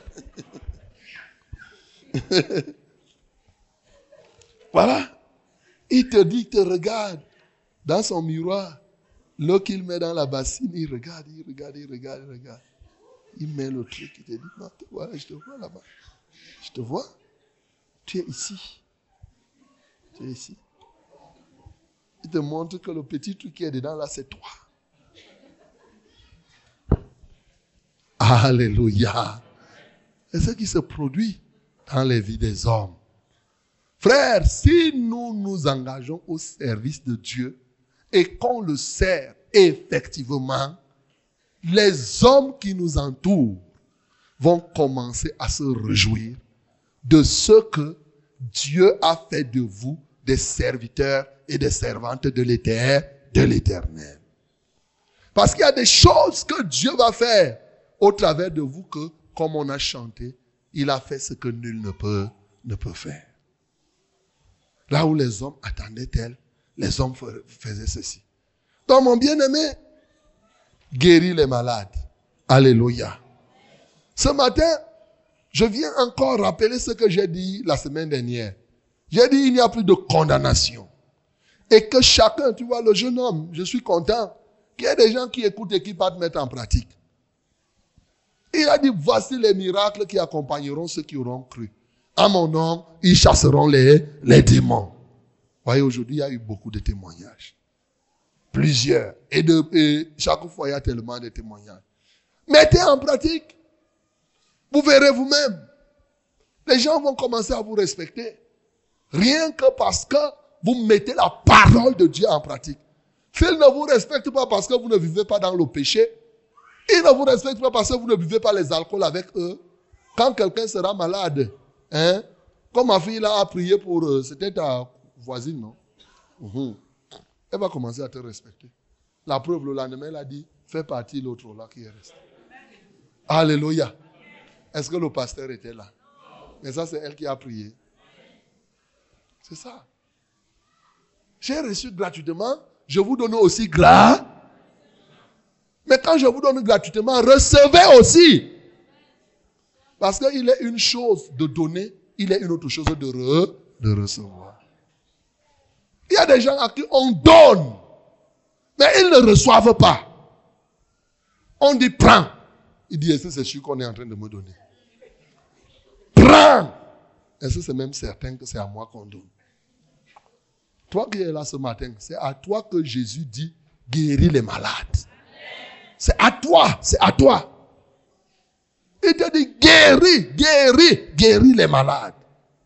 Speaker 1: Voilà. Il te dit, il te regarde dans son miroir. L'eau qu'il met dans la bassine, il regarde, il regarde, il regarde, il regarde. Il met le truc, il te dit, non, voilà, je te vois là-bas. Je te vois. Tu es ici. Tu es ici. Il te montre que le petit truc qui est dedans là, c'est toi. Alléluia. C'est ce qui se produit dans les vies des hommes. Frères, si nous nous engageons au service de Dieu et qu'on le sert effectivement, les hommes qui nous entourent vont commencer à se réjouir de ce que Dieu a fait de vous des serviteurs et des servantes de l'Éternel. Parce qu'il y a des choses que Dieu va faire au travers de vous que, comme on a chanté, il a fait ce que nul ne peut, ne peut faire. Là où les hommes attendaient tel, les hommes faisaient ceci. Donc mon bien-aimé, guéris les malades. Alléluia. Ce matin, je viens encore rappeler ce que j'ai dit la semaine dernière. J'ai dit il n'y a plus de condamnation. Et que chacun, tu vois, le jeune homme, je suis content qu'il y ait des gens qui écoutent et qui partent mettre en pratique. Il a dit, voici les miracles qui accompagneront ceux qui auront cru. À mon nom, ils chasseront les, les démons. Vous voyez, aujourd'hui, il y a eu beaucoup de témoignages. Plusieurs. Et, de, et chaque fois, il y a tellement de témoignages. Mettez en pratique. Vous verrez vous-même. Les gens vont commencer à vous respecter. Rien que parce que vous mettez la parole de Dieu en pratique. S'ils ne vous respectent pas parce que vous ne vivez pas dans le péché, ils ne vous respectent pas parce que vous ne buvez pas les alcools avec eux. Quand quelqu'un sera malade, hein, comme ma fille là a prié pour eux, c'était ta voisine, non? Uhum. Elle va commencer à te respecter. La preuve, le lendemain, elle a dit, fais partie de l'autre là qui est resté. Alléluia. Est-ce que le pasteur était là? Mais ça, c'est elle qui a prié. C'est ça. J'ai reçu gratuitement, je vous donne aussi gratuitement. Mais quand je vous donne gratuitement, recevez aussi. Parce qu'il est une chose de donner, il est une autre chose de, re, de recevoir. Il y a des gens à qui on donne, mais ils ne reçoivent pas. On dit prends. Il dit, est-ce que c'est sûr qu'on est en train de me donner? Prends. Est-ce que c'est même certain que c'est à moi qu'on donne? Toi qui es là ce matin, c'est à toi que Jésus dit, guéris les malades. C'est à toi, c'est à toi. Il te dit, guéris, guéris, guéris les malades.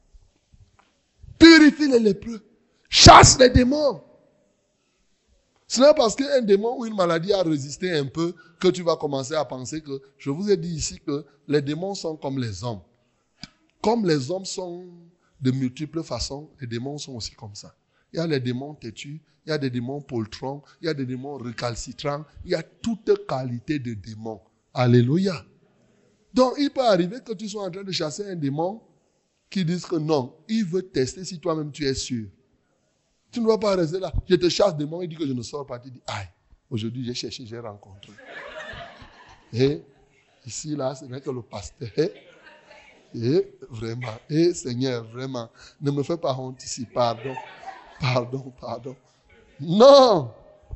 Speaker 1: Purifie les lépreux. Chasse les démons. Ce n'est pas parce qu'un démon ou une maladie a résisté un peu que tu vas commencer à penser que, je vous ai dit ici que les démons sont comme les hommes. Comme les hommes sont de multiples façons, les démons sont aussi comme ça. Il y a les démons têtus, il y a des démons poltrons, il y a des démons récalcitrants, il y a toute qualité de démons. Alléluia. Donc, il peut arriver que tu sois en train de chasser un démon qui dise que non, il veut tester si toi-même tu es sûr. Tu ne vas pas rester là. Je te chasse démon, il dit que je ne sors pas. Tu dis, aïe, aujourd'hui j'ai cherché, j'ai rencontré. Et ici, là, ce n'est que le pasteur. Et vraiment, et Seigneur, vraiment, ne me fais pas honte ici, pardon. Pardon, pardon. Non.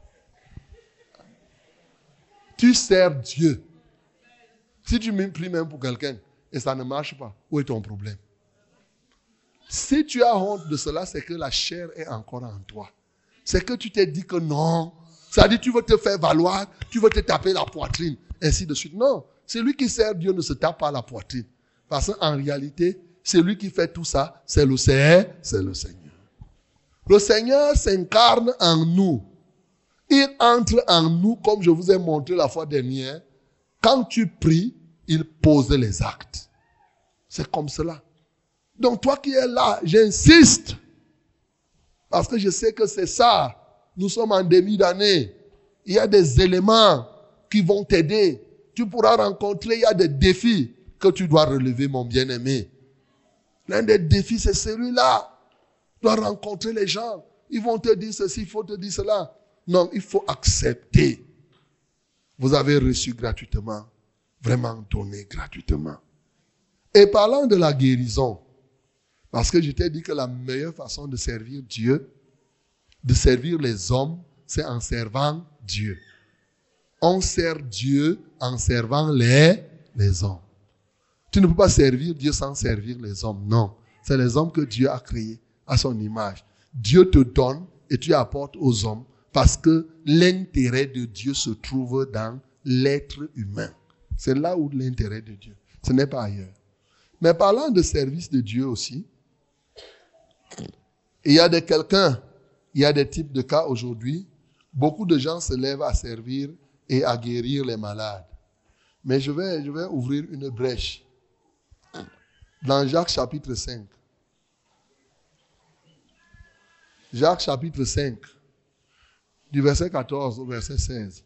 Speaker 1: Tu sers Dieu. Si tu me pries même pour quelqu'un et ça ne marche pas, où est ton problème? Si tu as honte de cela, c'est que la chair est encore en toi. C'est que tu t'es dit que non, Ça dit, tu veux te faire valoir, tu veux te taper la poitrine, ainsi de suite. Non, celui qui sert Dieu ne se tape pas la poitrine. Parce qu'en réalité, celui qui fait tout ça, c'est le Seigneur, c'est le Seigneur. Le Seigneur s'incarne en nous. Il entre en nous, comme je vous ai montré la fois dernière. Quand tu pries, il pose les actes. C'est comme cela. Donc toi qui es là, j'insiste. Parce que je sais que c'est ça. Nous sommes en début d'année. Il y a des éléments qui vont t'aider. Tu pourras rencontrer, il y a des défis que tu dois relever, mon bien-aimé. L'un des défis, c'est celui-là. Tu dois rencontrer les gens. Ils vont te dire ceci, il faut te dire cela. Non, il faut accepter. Vous avez reçu gratuitement. Vraiment donné gratuitement. Et parlant de la guérison, parce que je t'ai dit que la meilleure façon de servir Dieu, de servir les hommes, c'est en servant Dieu. On sert Dieu en servant les, les hommes. Tu ne peux pas servir Dieu sans servir les hommes. Non. C'est les hommes que Dieu a créés à son image. Dieu te donne et tu apportes aux hommes parce que l'intérêt de Dieu se trouve dans l'être humain. C'est là où l'intérêt de Dieu. Ce n'est pas ailleurs. Mais parlant de service de Dieu aussi, il y a des quelqu'un, il y a des types de cas aujourd'hui. Beaucoup de gens se lèvent à servir et à guérir les malades. Mais je vais, je vais ouvrir une brèche. Dans Jacques chapitre cinq. Jacques chapitre cinq. Du verset quatorze au verset seize.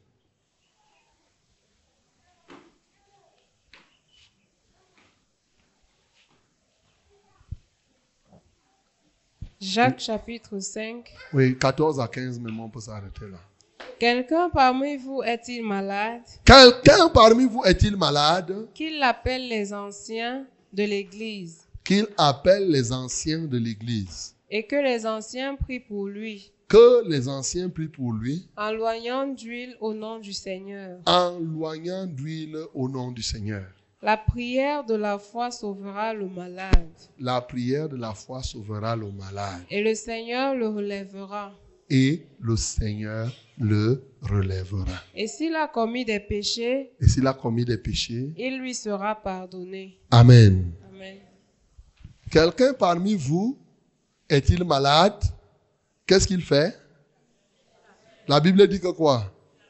Speaker 2: Jacques chapitre cinq.
Speaker 1: Oui, quatorze à quinze, mais on peut s'arrêter là.
Speaker 2: Quelqu'un parmi vous est-il malade?
Speaker 1: Quelqu'un parmi vous est-il malade?
Speaker 2: Qu'il appelle les anciens de l'Église.
Speaker 1: Qu'il appelle les anciens de l'Église.
Speaker 2: Et que les anciens prient pour lui.
Speaker 1: Que les anciens prient pour lui.
Speaker 2: En loignant d'huile au nom du Seigneur.
Speaker 1: En loignant d'huile au nom du Seigneur.
Speaker 2: La prière de la foi sauvera le malade.
Speaker 1: La prière de la foi sauvera le malade.
Speaker 2: Et le Seigneur le relèvera.
Speaker 1: Et le Seigneur le relèvera.
Speaker 2: Et s'il a commis des péchés,
Speaker 1: Et s'il a commis des péchés,
Speaker 2: il lui sera pardonné.
Speaker 1: Amen.
Speaker 2: Amen.
Speaker 1: Quelqu'un parmi vous est-il malade? Qu'est-ce qu'il fait? La Bible dit que quoi?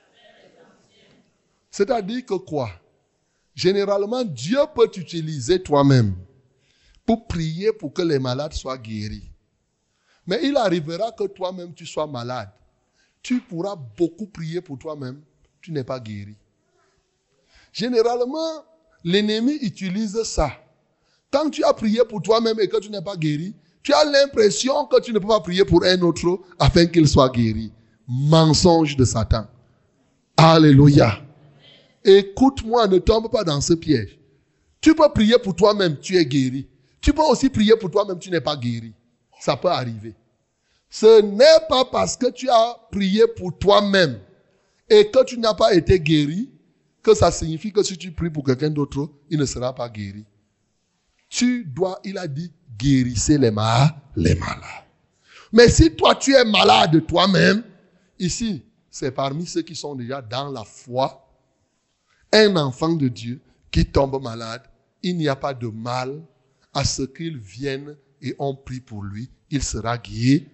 Speaker 1: C'est-à-dire que quoi? Généralement, Dieu peut t'utiliser toi-même pour prier pour que les malades soient guéris. Mais il arrivera que toi-même tu sois malade. Tu pourras beaucoup prier pour toi-même, tu n'es pas guéri. Généralement, l'ennemi utilise ça. Quand tu as prié pour toi-même et que tu n'es pas guéri, tu as l'impression que tu ne peux pas prier pour un autre afin qu'il soit guéri. Mensonge de Satan. Alléluia. Écoute-moi, ne tombe pas dans ce piège. Tu peux prier pour toi-même, tu es guéri. Tu peux aussi prier pour toi-même, tu n'es pas guéri. Ça peut arriver. Ce n'est pas parce que tu as prié pour toi-même et que tu n'as pas été guéri que ça signifie que si tu pries pour quelqu'un d'autre, il ne sera pas guéri. Tu dois, il a dit, guérissez les malades, les malades. Mais si toi tu es malade toi-même, ici, c'est parmi ceux qui sont déjà dans la foi, un enfant de Dieu qui tombe malade, il n'y a pas de mal à ce qu'il vienne et on prie pour lui, il sera guéri.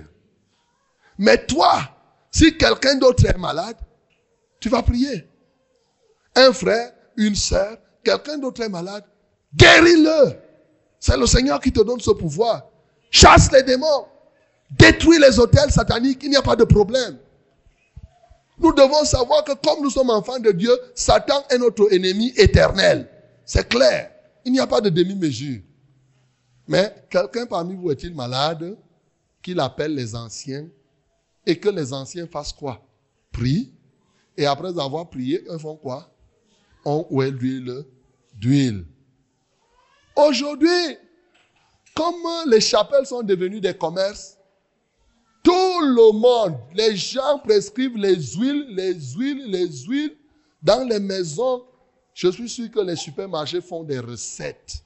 Speaker 1: Mais toi, si quelqu'un d'autre est malade, tu vas prier. Un frère, une sœur, quelqu'un d'autre est malade, guéris-le. C'est le Seigneur qui te donne ce pouvoir. Chasse les démons. Détruis les autels sataniques, il n'y a pas de problème. Nous devons savoir que comme nous sommes enfants de Dieu, Satan est notre ennemi éternel. C'est clair. Il n'y a pas de demi-mesure. Mais quelqu'un parmi vous est-il malade, qu'il appelle les anciens, et que les anciens fassent quoi? Prient. Et après avoir prié, ils font quoi? On ouait l'huile d'huile. Aujourd'hui, comme les chapelles sont devenues des commerces, tout le monde, les gens prescrivent les huiles, les huiles, les huiles. Dans les maisons, je suis sûr que les supermarchés font des recettes.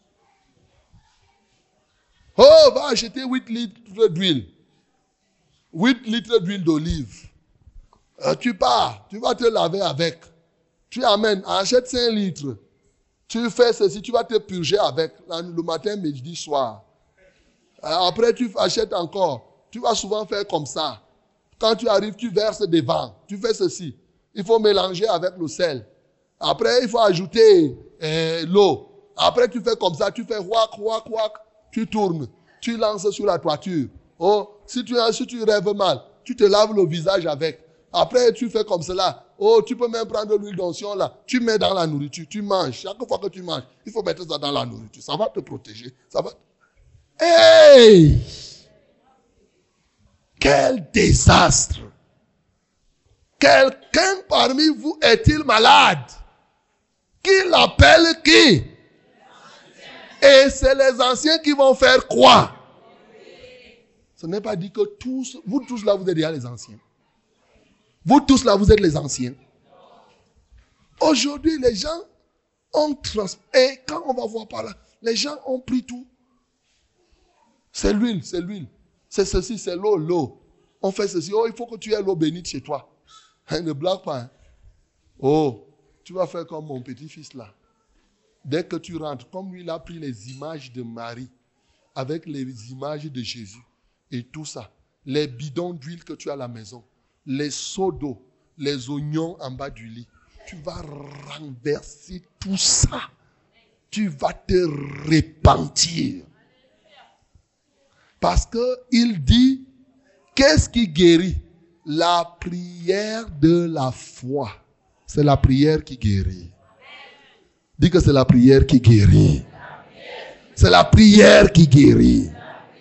Speaker 1: Oh, va acheter huit litres d'huile. huit litres d'huile d'olive. Euh, tu pars, tu vas te laver avec. Tu amènes, achète cinq litres. Tu fais ceci, tu vas te purger avec le matin, midi, soir. Après, tu achètes encore. Tu vas souvent faire comme ça. Quand tu arrives, tu verses devant. Tu fais ceci. Il faut mélanger avec le sel. Après, il faut ajouter euh, l'eau. Après, tu fais comme ça. Tu fais wak, wak, wak. Tu tournes. Tu lances sur la toiture. Oh, si tu, si tu rêves mal, tu te laves le visage avec. Après, tu fais comme cela. Oh, tu peux même prendre l'huile d'onction là. Tu mets dans la nourriture. Tu manges. Chaque fois que tu manges, il faut mettre ça dans la nourriture. Ça va te protéger. Ça va. Hey! Quel désastre! Quelqu'un parmi vous est-il malade? Qui l'appelle qui? Et c'est les anciens qui vont faire quoi? Ce n'est pas dit que tous, vous tous là, vous êtes déjà les anciens. Vous tous là, vous êtes les anciens. Aujourd'hui, les gens ont trans... Et quand on va voir par là, les gens ont pris tout. C'est l'huile, c'est l'huile. C'est ceci, c'est l'eau, l'eau. On fait ceci. Oh, il faut que tu aies l'eau bénite chez toi. Hein, ne blague pas. Hein. Oh, tu vas faire comme mon petit-fils là. Dès que tu rentres, comme lui, il a pris les images de Marie avec les images de Jésus et tout ça. Les bidons d'huile que tu as à la maison. Les seaux d'eau, les oignons en bas du lit. Tu vas renverser tout ça. Tu vas te repentir. Parce qu'il dit, qu'est-ce qui guérit? La prière de la foi. C'est la prière qui guérit. Dis que c'est la prière qui guérit. C'est la prière qui guérit.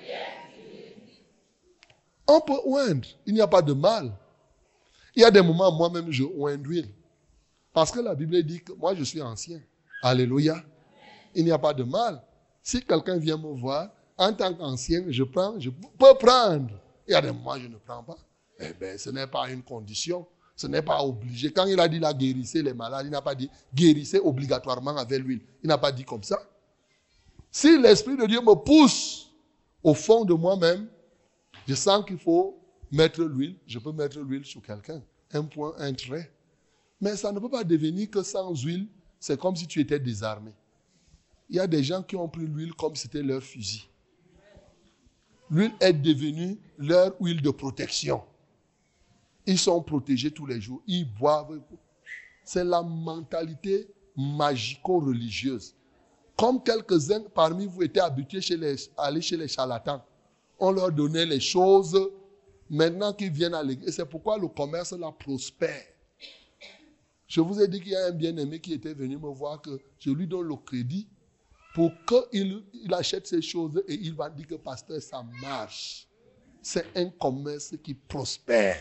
Speaker 1: On peut oindre. Il n'y a pas de mal. Il y a des moments, moi-même, je oins d'huile. Parce que la Bible dit que moi, je suis ancien. Alléluia. Il n'y a pas de mal. Si quelqu'un vient me voir, en tant qu'ancien, je prends, je peux prendre. Il y a des moments, je ne prends pas. Eh bien, ce n'est pas une condition. Ce n'est pas obligé. Quand il a dit la guérissez les malades, il n'a pas dit guérissez obligatoirement avec l'huile. Il n'a pas dit comme ça. Si l'Esprit de Dieu me pousse au fond de moi-même, je sens qu'il faut mettre l'huile, je peux mettre l'huile sur quelqu'un. Un point, un trait. Mais ça ne peut pas devenir que sans huile, c'est comme si tu étais désarmé. Il y a des gens qui ont pris l'huile comme si c'était leur fusil. L'huile est devenue leur huile de protection. Ils sont protégés tous les jours. Ils boivent. C'est la mentalité magico-religieuse. Comme quelques-uns parmi vous étaient habitués chez les, à aller chez les charlatans. On leur donnait les choses. Maintenant qu'ils viennent à l'église. Et c'est pourquoi le commerce là prospère. Je vous ai dit qu'il y a un bien-aimé qui était venu me voir que je lui donne le crédit pour qu'il il achète ces choses et il va dire que pasteur, ça marche. C'est un commerce qui prospère.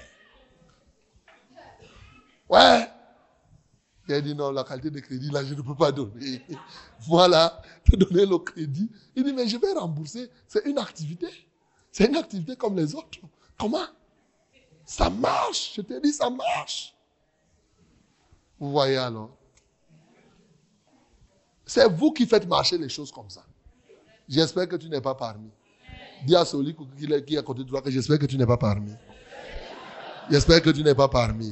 Speaker 1: Ouais. Il a dit non, la qualité de crédit, là, je ne peux pas donner. Voilà, te donner le crédit. Il dit, mais je vais rembourser. C'est une activité. C'est une activité comme les autres. Comment? Ça marche. Je te dis, ça marche. Vous voyez alors? C'est vous qui faites marcher les choses comme ça. J'espère que tu n'es pas parmi. Dis à celui qui est à côté de toi que j'espère que tu n'es pas parmi. J'espère que tu n'es pas parmi.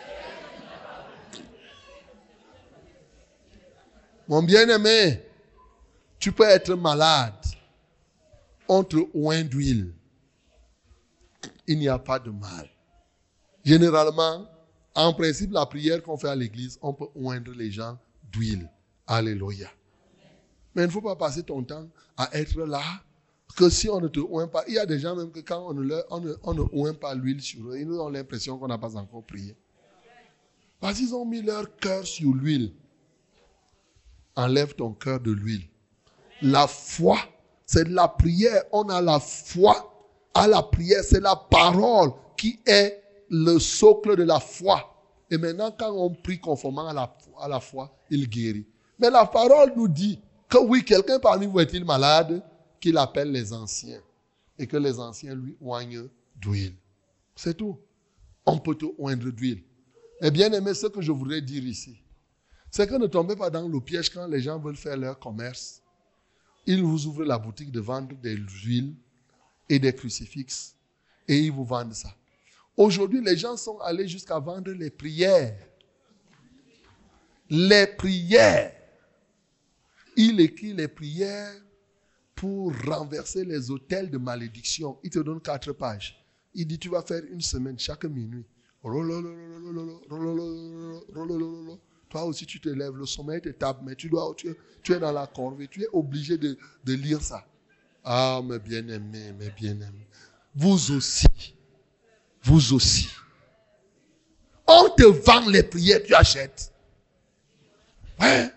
Speaker 1: Mon bien-aimé, tu peux être malade. On te oint d'huile. Il n'y a pas de mal. Généralement, en principe, la prière qu'on fait à l'église, on peut oindre les gens d'huile. Alléluia. Mais il ne faut pas passer ton temps à être là, que si on ne te oint pas, il y a des gens même que quand on ne, leur, on ne, on ne oint pas l'huile sur eux, ils ont l'impression qu'on n'a pas encore prié. Parce qu'ils ont mis leur cœur sur l'huile. Enlève ton cœur de l'huile. La foi, c'est de la prière. On a la foi à la prière. C'est la parole qui est le socle de la foi. Et maintenant, quand on prie conformément à la, à la foi, il guérit. Mais la parole nous dit que oui, quelqu'un parmi vous est-il malade, qu'il appelle les anciens. Et que les anciens lui oignent d'huile. C'est tout. On peut te oindre d'huile. Et bien aimé, ce que je voudrais dire ici, c'est que ne tombez pas dans le piège quand les gens veulent faire leur commerce. Ils vous ouvrent la boutique de vendre des huiles et des crucifixes et ils vous vendent ça. Aujourd'hui, les gens sont allés jusqu'à vendre les prières. Les prières. Il écrit les prières pour renverser les autels de malédiction. Il te donne quatre pages. Il dit, tu vas faire une semaine chaque minuit. Toi aussi, tu te lèves, le sommeil te tape, mais tu, dois, tu, tu es dans la corvée, tu es obligé de, de lire ça. Ah, mes bien-aimés, mes bien-aimés. Vous aussi, vous aussi. On te vend les prières, tu achètes. Ouais.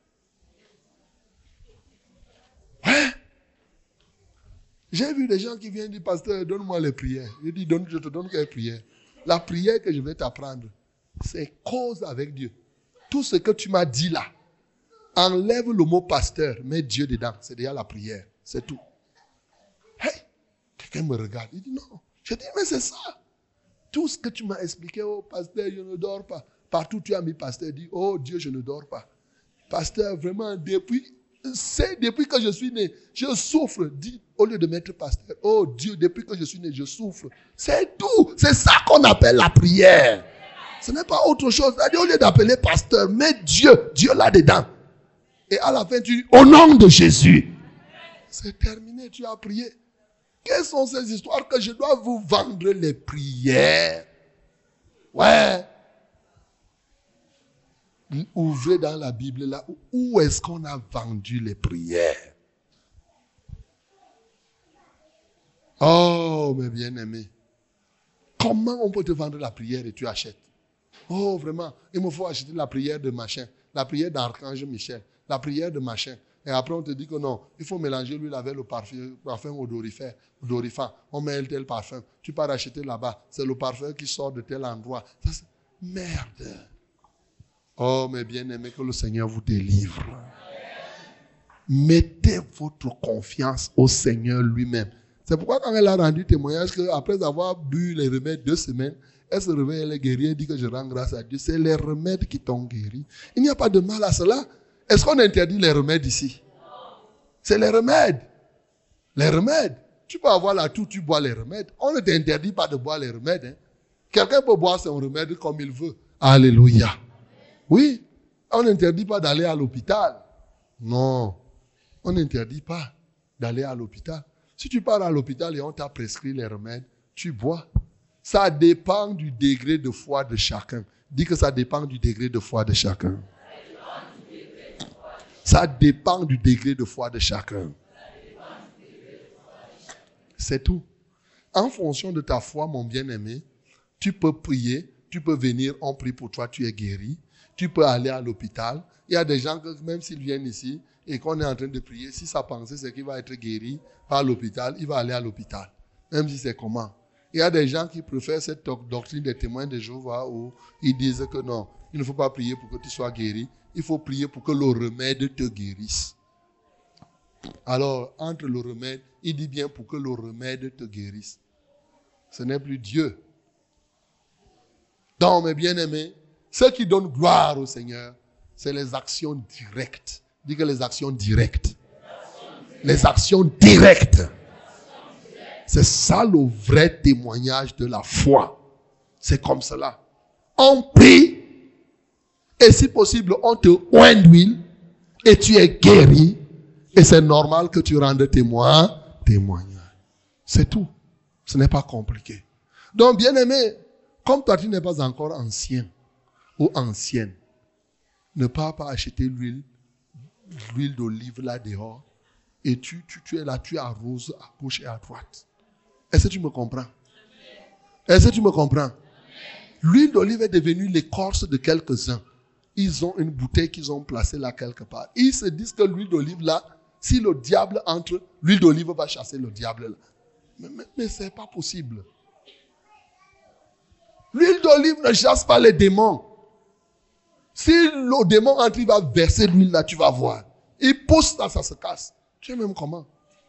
Speaker 1: Ouais. J'ai vu des gens qui viennent dire, pasteur, donne-moi les prières. Je dis, donne, je te donne quelle prière. La prière que je vais t'apprendre, c'est cause avec Dieu. Tout ce que tu m'as dit là, enlève le mot pasteur, mets Dieu dedans. C'est déjà la prière. C'est tout. Hey, quelqu'un me regarde. Il dit non. Je dis, mais c'est ça. Tout ce que tu m'as expliqué, oh pasteur, je ne dors pas. Partout tu as mis pasteur, dit, oh Dieu, je ne dors pas. Pasteur, vraiment, depuis, c'est depuis que je suis né, je souffre. Dit, au lieu de mettre pasteur, oh Dieu, depuis que je suis né, je souffre. C'est tout. C'est ça qu'on appelle la prière. Ce n'est pas autre chose. Au lieu d'appeler pasteur, mets Dieu, Dieu là-dedans. Et à la fin, tu dis, au nom de Jésus. C'est terminé, tu as prié. Quelles sont ces histoires que je dois vous vendre les prières? Ouais. Ouvrez dans la Bible là. Où est-ce qu'on a vendu les prières? Oh, mes bien-aimés. Comment on peut te vendre la prière et tu achètes? Oh, vraiment, il me faut acheter la prière de machin, la prière d'Archange Michel, la prière de machin. Et après, on te dit que non, il faut mélanger l'huile avec le parfum, parfum odorifère, odorifant. On met tel parfum. Tu pars acheter là-bas. C'est le parfum qui sort de tel endroit. Ça, c'est... Merde. Oh, mes bien-aimés, que le Seigneur vous délivre. Mettez votre confiance au Seigneur lui-même. C'est pourquoi quand elle a rendu témoignage qu'après avoir bu les remèdes deux semaines, elle se réveille, elle est guérie, elle dit que je rends grâce à Dieu. C'est les remèdes qui t'ont guéri. Il n'y a pas de mal à cela. Est-ce qu'on interdit les remèdes ici? C'est les remèdes. Les remèdes. Tu peux avoir la toux, tu bois les remèdes. On ne t'interdit pas de boire les remèdes. Hein. Quelqu'un peut boire son remède comme il veut. Alléluia. Oui. On n'interdit pas d'aller à l'hôpital. Non. On n'interdit pas d'aller à l'hôpital. Si tu pars à l'hôpital et on t'a prescrit les remèdes, tu bois. Ça dépend du degré de foi de chacun. Dis que ça dépend du degré de foi de chacun. Ça dépend du degré de foi de chacun. C'est tout. En fonction de ta foi, mon bien-aimé, tu peux prier, tu peux venir, on prie pour toi, tu es guéri. Tu peux aller à l'hôpital. Il y a des gens que même s'ils viennent ici et qu'on est en train de prier, si sa pensée c'est qu'il va être guéri par l'hôpital, il va aller à l'hôpital. Même si c'est comment. Il y a des gens qui préfèrent cette doctrine des témoins de Jéhovah où ils disent que non, il ne faut pas prier pour que tu sois guéri. Il faut prier pour que le remède te guérisse. Alors, entre le remède, il dit bien pour que le remède te guérisse. Ce n'est plus Dieu. Donc, mes bien-aimés, ce qui donne gloire au Seigneur, c'est les actions directes. Dis que les actions directes. Les actions directes. C'est ça le vrai témoignage de la foi. C'est comme cela. On prie et si possible, on te oint d'huile et tu es guéri et c'est normal que tu rendes témoin, témoignage. C'est tout. Ce n'est pas compliqué. Donc, bien-aimé, comme toi tu n'es pas encore ancien ou ancienne, ne pars pas acheter l'huile, l'huile d'olive là dehors et tu, tu, tu es là, tu arroses à gauche et à droite. Est-ce que tu me comprends? Est-ce que tu me comprends? L'huile d'olive est devenue l'écorce de quelques-uns. Ils ont une bouteille qu'ils ont placée là quelque part. Ils se disent que l'huile d'olive là, si le diable entre, l'huile d'olive va chasser le diable là. Mais, mais, mais ce n'est pas possible. L'huile d'olive ne chasse pas les démons. Si le démon entre, il va verser l'huile là, tu vas voir. Il pousse là, ça se casse. Tu sais même comment?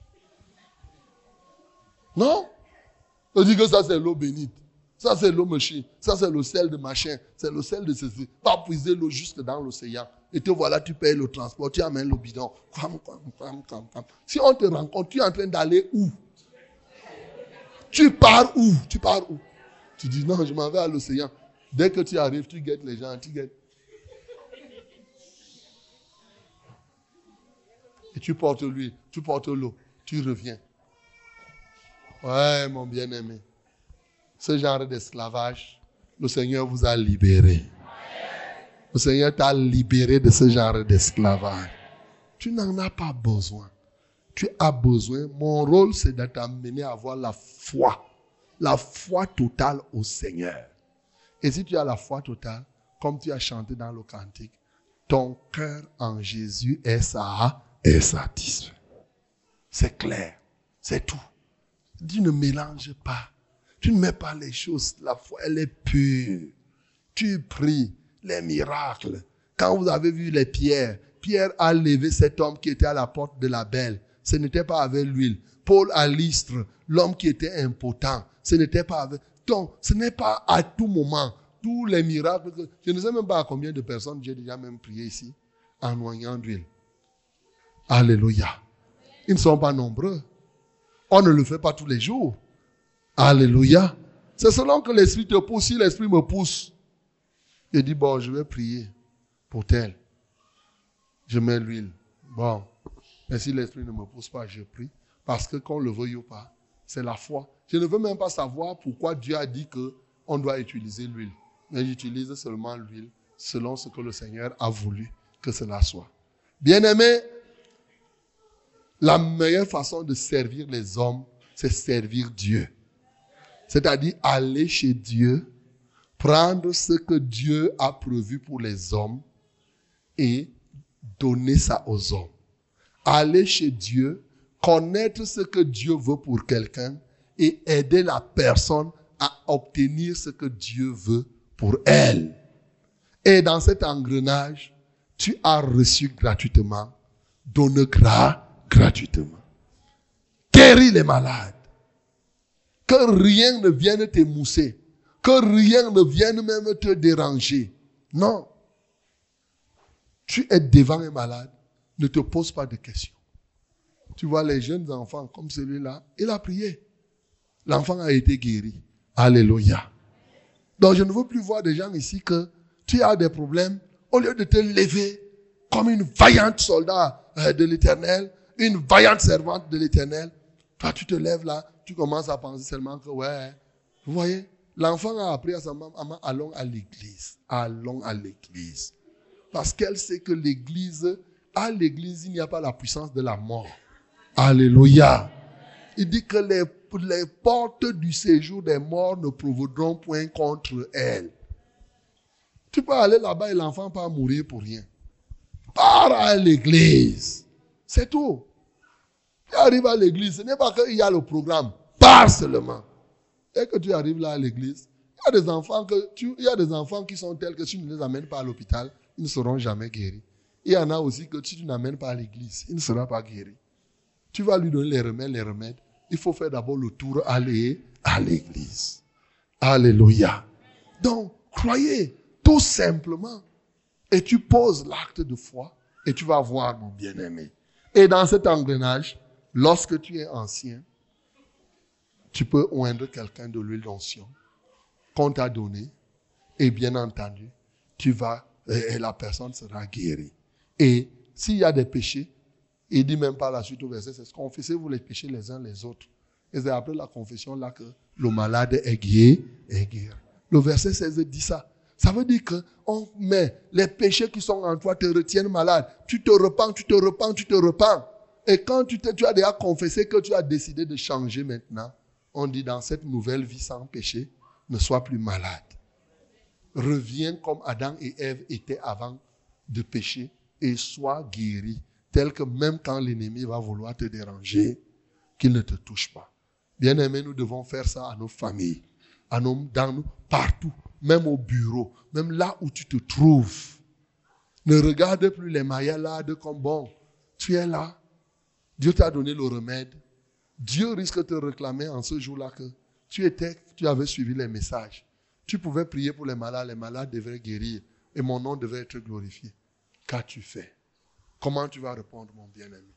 Speaker 1: Non? On dit que ça c'est l'eau bénite. Ça c'est l'eau machine. Ça c'est le sel de machin. C'est le sel de ceci. Pas puiser l'eau juste dans l'océan. Et te voilà, tu payes le transport, tu amènes le bidon. Si on te rencontre, tu es en train d'aller où? Tu pars où? Tu pars où? Tu dis non, je m'en vais à l'océan. Dès que tu arrives, tu guettes les gens, tu guettes. Et tu portes l'huile, tu portes l'eau, tu reviens. Ouais, mon bien-aimé. Ce genre d'esclavage, le Seigneur vous a libéré. Le Seigneur t'a libéré de ce genre d'esclavage. Tu n'en as pas besoin. Tu as besoin. Mon rôle, c'est de t'amener à avoir la foi. La foi totale au Seigneur. Et si tu as la foi totale, comme tu as chanté dans le cantique, ton cœur en Jésus est, ça, est satisfait. C'est clair. C'est tout. Tu ne mélanges pas. Tu ne mets pas les choses. La foi, elle est pure. Tu pries les miracles. Quand vous avez vu les pierres, Pierre a levé cet homme qui était à la porte de la belle. Ce n'était pas avec l'huile. Paul à l'Istre, l'homme qui était impotent. Ce n'était pas avec... Donc, ce n'est pas à tout moment. Tous les miracles. Que... Je ne sais même pas à combien de personnes j'ai déjà même prié ici en noyant d'huile. Alléluia. Ils ne sont pas nombreux. On ne le fait pas tous les jours. Alléluia. C'est selon que l'Esprit te pousse. Si l'Esprit me pousse, je dis, bon, je vais prier pour tel. Je mets l'huile. Bon. Mais si l'Esprit ne me pousse pas, je prie. Parce que qu'on le veuille ou pas, c'est la foi. Je ne veux même pas savoir pourquoi Dieu a dit qu'on doit utiliser l'huile. Mais j'utilise seulement l'huile selon ce que le Seigneur a voulu que cela soit. Bien-aimé, la meilleure façon de servir les hommes, c'est servir Dieu. C'est-à-dire aller chez Dieu, prendre ce que Dieu a prévu pour les hommes et donner ça aux hommes. Aller chez Dieu, connaître ce que Dieu veut pour quelqu'un et aider la personne à obtenir ce que Dieu veut pour elle. Et dans cet engrenage, tu as reçu gratuitement, donne gras gratuitement. Guéris les malades. Que rien ne vienne t'émousser. Que rien ne vienne même te déranger. Non. Tu es devant un malade. Ne te pose pas de questions. Tu vois les jeunes enfants comme celui-là, il a prié. L'enfant a été guéri. Alléluia. Donc je ne veux plus voir des gens ici que tu as des problèmes. Au lieu de te lever comme une vaillante soldat de l'Éternel, une vaillante servante de l'Éternel, toi tu te lèves là, tu commences à penser seulement que ouais, vous voyez, l'enfant a appris à sa maman, maman, allons à l'église, allons à l'église. Parce qu'elle sait que l'église, à l'église, il n'y a pas la puissance de la mort. Alléluia. Il dit que les, les portes du séjour des morts ne provoqueront point contre elle. Tu peux aller là-bas et l'enfant ne va pas mourir pour rien. Pars à l'église. C'est tout. Tu arrives à l'église, ce n'est pas qu'il y a le programme. Pars seulement. Dès que tu arrives là à l'église, il y a des enfants, que tu, il y a des enfants qui sont tels que si tu ne les amènes pas à l'hôpital, ils ne seront jamais guéris. Il y en a aussi que si tu n'amènes pas à l'église, il ne sera pas guéri. Tu vas lui donner les remèdes, les remèdes. Il faut faire d'abord le tour, aller à l'église. Alléluia. Donc, croyez, tout simplement. Et tu poses l'acte de foi et tu vas voir, mon bien-aimé. Et dans cet engrenage, lorsque tu es ancien, tu peux oindre quelqu'un de l'huile d'onction qu'on t'a donné. Et bien entendu, tu vas, et la personne sera guérie. Et s'il y a des péchés, il dit même par la suite au verset, c'est confessez-vous les péchés les uns les autres. Et c'est après la confession là que le malade est guéri. Est guéri. Le verset seize dit ça. Ça veut dire que on met les péchés qui sont en toi te retiennent malade. Tu te repens, tu te repens, tu te repens. Et quand tu, te, tu as déjà confessé que tu as décidé de changer maintenant, on dit dans cette nouvelle vie sans péché, ne sois plus malade. Reviens comme Adam et Ève étaient avant de pécher et sois guéri. Tel que même quand l'ennemi va vouloir te déranger, qu'il ne te touche pas. Bien-aimés, nous devons faire ça à nos familles, à nos, dans nous, partout, même au bureau, même là où tu te trouves. Ne regarde plus les maillades comme bon. Tu es là, Dieu t'a donné le remède. Dieu risque de te réclamer en ce jour-là que tu étais, tu avais suivi les messages. Tu pouvais prier pour les malades, les malades devraient guérir et mon nom devait être glorifié. Qu'as-tu fait? Comment tu vas répondre, mon bien-aimé?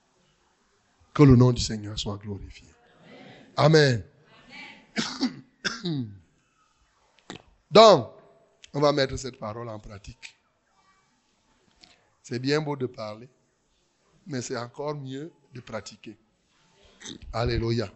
Speaker 1: Que le nom du Seigneur soit glorifié. Amen. Amen. Donc, on va mettre cette parole en pratique. C'est bien beau de parler, mais c'est encore mieux de pratiquer. Alléluia.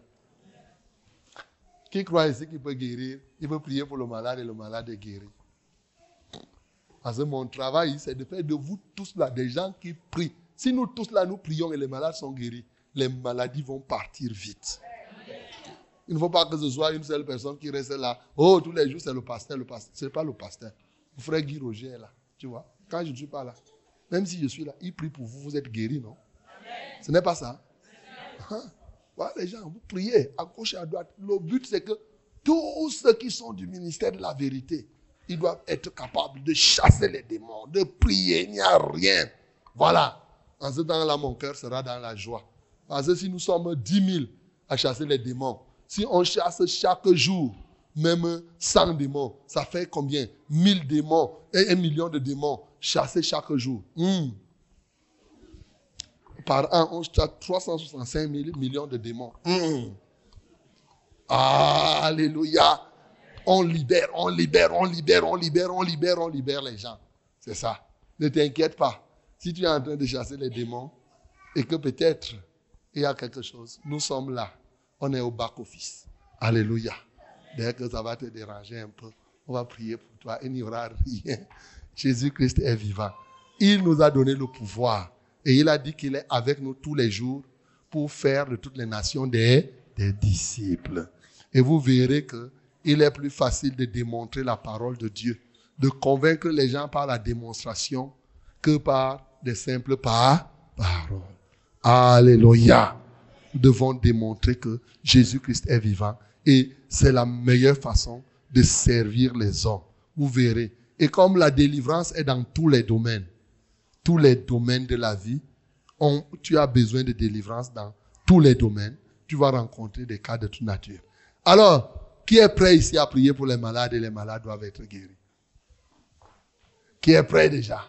Speaker 1: Qui croit ici qu'il peut guérir? Il peut prier pour le malade et le malade est guéri. Parce que mon travail, c'est de faire de vous tous là des gens qui prient. Si nous tous là, nous prions et les malades sont guéris, les maladies vont partir vite. Il ne faut pas que ce soit une seule personne qui reste là. Oh, tous les jours, c'est le pasteur, le pasteur. Ce n'est pas le pasteur. Mon frère Guy Roger est là. Tu vois, quand je ne suis pas là, même si je suis là, il prie pour vous, vous êtes guéris, non? Ce n'est pas ça. Hein? Voilà, les gens, vous priez à gauche et à droite. Le but, c'est que tous ceux qui sont du ministère de la vérité, ils doivent être capables de chasser les démons, de prier. Il n'y a rien. Voilà. En ce temps-là, mon cœur sera dans la joie. Parce que si nous sommes dix mille à chasser les démons, si on chasse chaque jour, même cent démons, ça fait combien? mille démons et un million de démons chassés chaque jour. Mmh. Par an, on chasse trois cent soixante-cinq mille millions de démons. Mmh. Alléluia. On libère, on libère, on libère, on libère, on libère, on libère les gens. C'est ça. Ne t'inquiète pas. Si tu es en train de chasser les démons et que peut-être il y a quelque chose, nous sommes là. On est au back-office. Alléluia. Dès que ça va te déranger un peu, on va prier pour toi. Il n'y aura rien. Jésus-Christ est vivant. Il nous a donné le pouvoir. Et il a dit qu'il est avec nous tous les jours pour faire de toutes les nations des, des disciples. Et vous verrez qu'il est plus facile de démontrer la parole de Dieu, de convaincre les gens par la démonstration que par des simples par paroles. Alléluia. Nous devons démontrer que Jésus-Christ est vivant et c'est la meilleure façon de servir les hommes. Vous verrez. Et comme la délivrance est dans tous les domaines, tous les domaines de la vie, on, tu as besoin de délivrance dans tous les domaines, tu vas rencontrer des cas de toute nature. Alors, qui est prêt ici à prier pour les malades et les malades doivent être guéris? Qui est prêt déjà?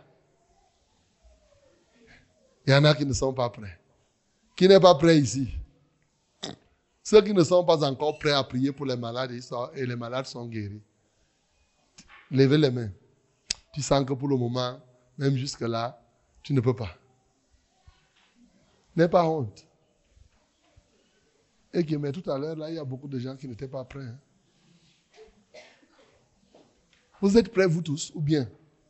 Speaker 1: Il y en a qui ne sont pas prêts. Qui n'est pas prêt ici? Ceux qui ne sont pas encore prêts à prier pour les malades et les malades sont guéris. Levez les mains. Tu sens que pour le moment, même jusque-là, tu ne peux pas. N'aie pas honte. Et que, mais tout à l'heure, là, il y a beaucoup de gens qui n'étaient pas prêts. Hein. Vous êtes prêts, vous tous, ou bien?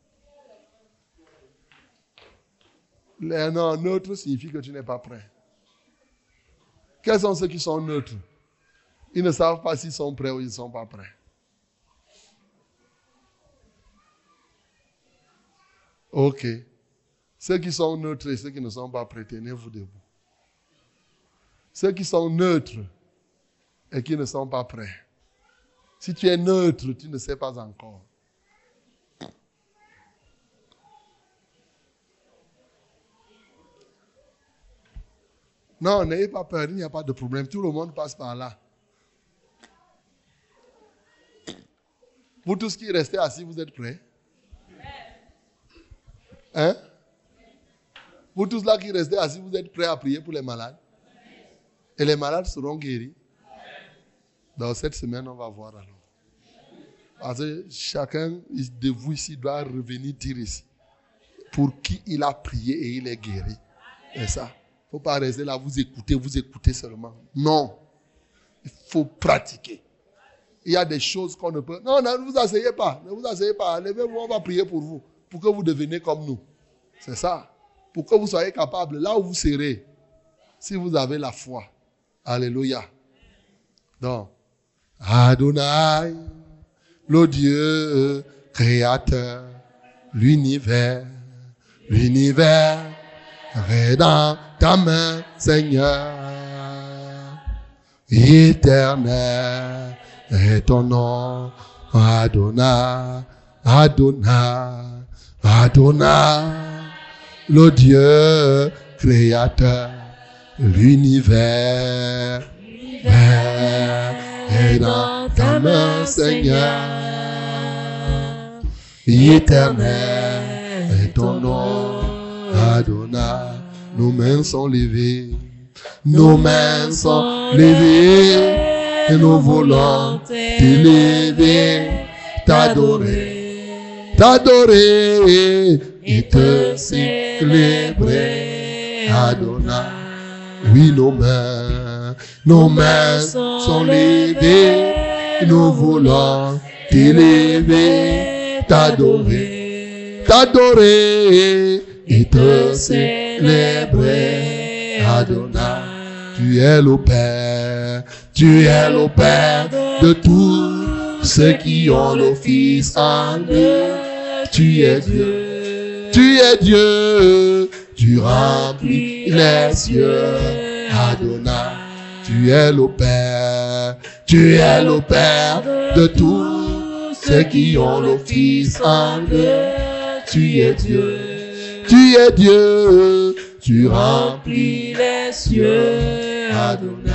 Speaker 1: Les non neutres signifie que tu n'es pas prêt. Quels sont ceux qui sont neutres? Ils ne savent pas s'ils sont prêts ou ils ne sont pas prêts. Ok. Ceux qui sont neutres et ceux qui ne sont pas prêts, tenez-vous debout. Ceux qui sont neutres et qui ne sont pas prêts. Si tu es neutre, tu ne sais pas encore. Non, n'ayez pas peur, il n'y a pas de problème. Tout le monde passe par là. Vous tous qui restez assis, vous êtes prêts? Hein? Vous tous là qui restez assis, vous êtes prêts à prier pour les malades? Et les malades seront guéris? Dans cette semaine, on va voir alors. Parce que chacun de vous ici doit revenir dire ici pour qui il a prié et il est guéri. C'est ça. Il ne faut pas rester là, vous écoutez, vous écoutez seulement. Non. Il faut pratiquer. Il y a des choses qu'on ne peut... Non, non, ne vous asseyez pas. Ne vous asseyez pas. Levez-vous, on va prier pour vous. Pour que vous deveniez comme nous. C'est ça. Pour que vous soyez capables, là où vous serez, si vous avez la foi. Alléluia. Donc, Adonai, le Dieu créateur, l'univers, l'univers est dans ta main, Seigneur. Éternel est ton nom, Adonai, Adonai, Adonai, le Dieu créateur, l'univers est dans ta main, Seigneur. Éternel est ton nom, Adonai. Nos mains sont levées, nos mains sont levées et nous voulons t'élever, t'adorer, t'adorer et te célébrer, Adonai. Oui, nos mains, nos mains sont levées, nous voulons t'élever, t'adorer, t'adorer et te célébrer, Adonai. Tu es le Père, tu es le Père de tous ceux qui ont le Fils en eux. Tu es Dieu, tu es Dieu, tu remplis les cieux, Adonai. Tu es le Père, tu es le Père de tous ceux qui ont le Fils en eux. Tu es Dieu, tu es Dieu, tu remplis les cieux, Adonai.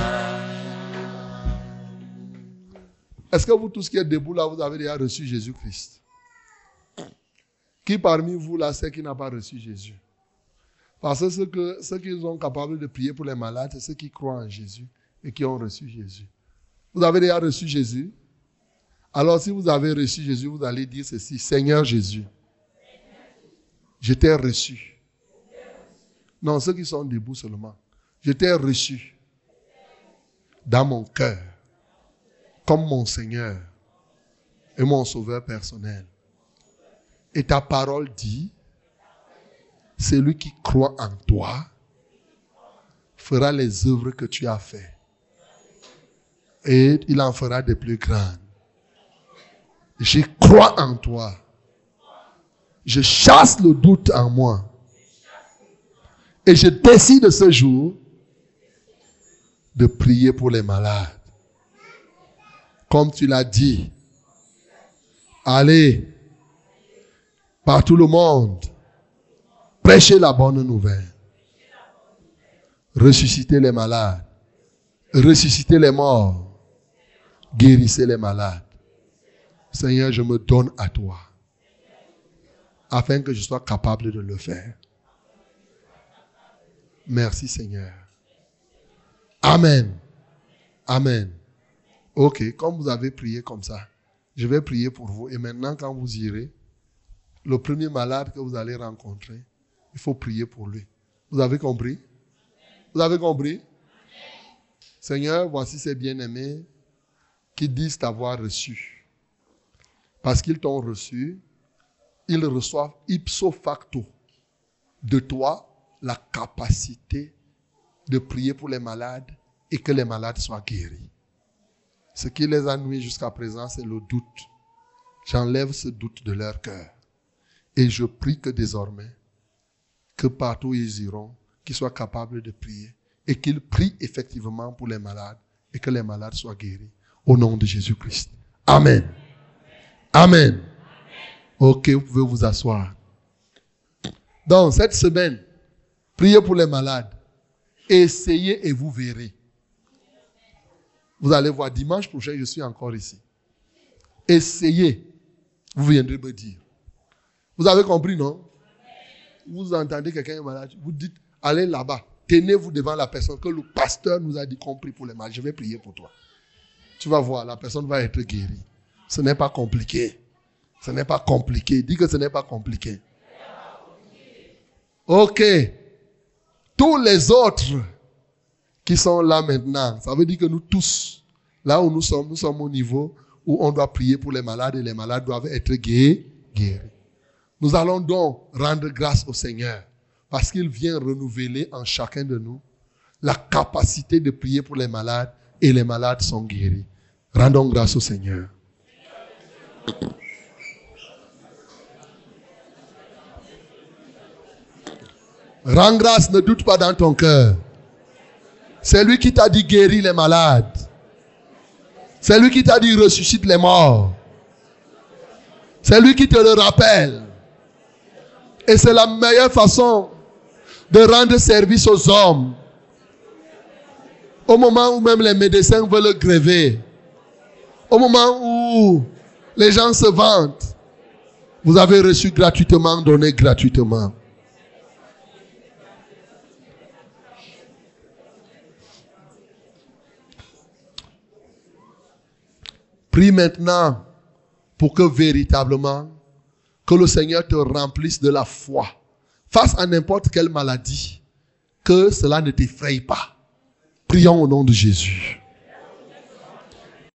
Speaker 1: Est-ce que vous tous qui êtes debout là, vous avez déjà reçu Jésus-Christ? Qui parmi vous là, c'est qui n'a pas reçu Jésus? Parce que ceux, que ceux qui sont capables de prier pour les malades, c'est ceux qui croient en Jésus et qui ont reçu Jésus. Vous avez déjà reçu Jésus? Alors si vous avez reçu Jésus, vous allez dire ceci: Seigneur Jésus, je t'ai reçu. Non, ceux qui sont debout seulement. Je t'ai reçu dans mon cœur comme mon Seigneur et mon Sauveur personnel. Et ta parole dit, celui qui croit en toi fera les œuvres que tu as faites. Et il en fera de plus grandes. Je crois en toi. Je chasse le doute en moi. Et je décide ce jour de prier pour les malades. Comme tu l'as dit, allez par tout le monde, prêchez la bonne nouvelle, ressuscitez les malades, ressuscitez les morts, guérissez les malades. Seigneur, je me donne à toi, afin que je sois capable de le faire. Merci Seigneur. Amen. Amen. Ok, comme vous avez prié comme ça, je vais prier pour vous. Et maintenant, quand vous irez, le premier malade que vous allez rencontrer, il faut prier pour lui. Vous avez compris? Vous avez compris? Seigneur, voici ces bien-aimés qui disent t'avoir reçu. Parce qu'ils t'ont reçu, ils reçoivent ipso facto de toi la capacité de prier pour les malades et que les malades soient guéris. Ce qui les a nuits jusqu'à présent, c'est le doute. J'enlève ce doute de leur cœur. Et je prie que désormais, que partout où ils iront, qu'ils soient capables de prier et qu'ils prient effectivement pour les malades et que les malades soient guéris. Au nom de Jésus-Christ. Amen. Amen. Ok, vous pouvez vous asseoir. Donc, cette semaine, priez pour les malades. Essayez et vous verrez. Vous allez voir, dimanche prochain, je suis encore ici. Essayez. Vous viendrez me dire. Vous avez compris, non? Vous entendez quelqu'un est malade, vous dites, allez là-bas, tenez-vous devant la personne que le pasteur nous a dit qu'on prie pour les malades. Je vais prier pour toi. Tu vas voir, la personne va être guérie. Ce n'est pas compliqué. Ce n'est pas compliqué. Dis que ce n'est pas compliqué. Ok. Tous les autres qui sont là maintenant, ça veut dire que nous tous, là où nous sommes, nous sommes au niveau où on doit prier pour les malades et les malades doivent être guéris. guéris. Nous allons donc rendre grâce au Seigneur parce qu'il vient renouveler en chacun de nous la capacité de prier pour les malades et les malades sont guéris. Rendons grâce au Seigneur. Rends grâce, ne doute pas dans ton cœur. C'est lui qui t'a dit guéris les malades. C'est lui qui t'a dit ressuscite les morts. C'est lui qui te le rappelle. Et c'est la meilleure façon de rendre service aux hommes. Au moment où même les médecins veulent gréver. Au moment où les gens se vantent. Vous avez reçu gratuitement, donné gratuitement. Prie maintenant pour que véritablement, que le Seigneur te remplisse de la foi. Face à n'importe quelle maladie, que cela ne t'effraie pas. Prions au nom de Jésus.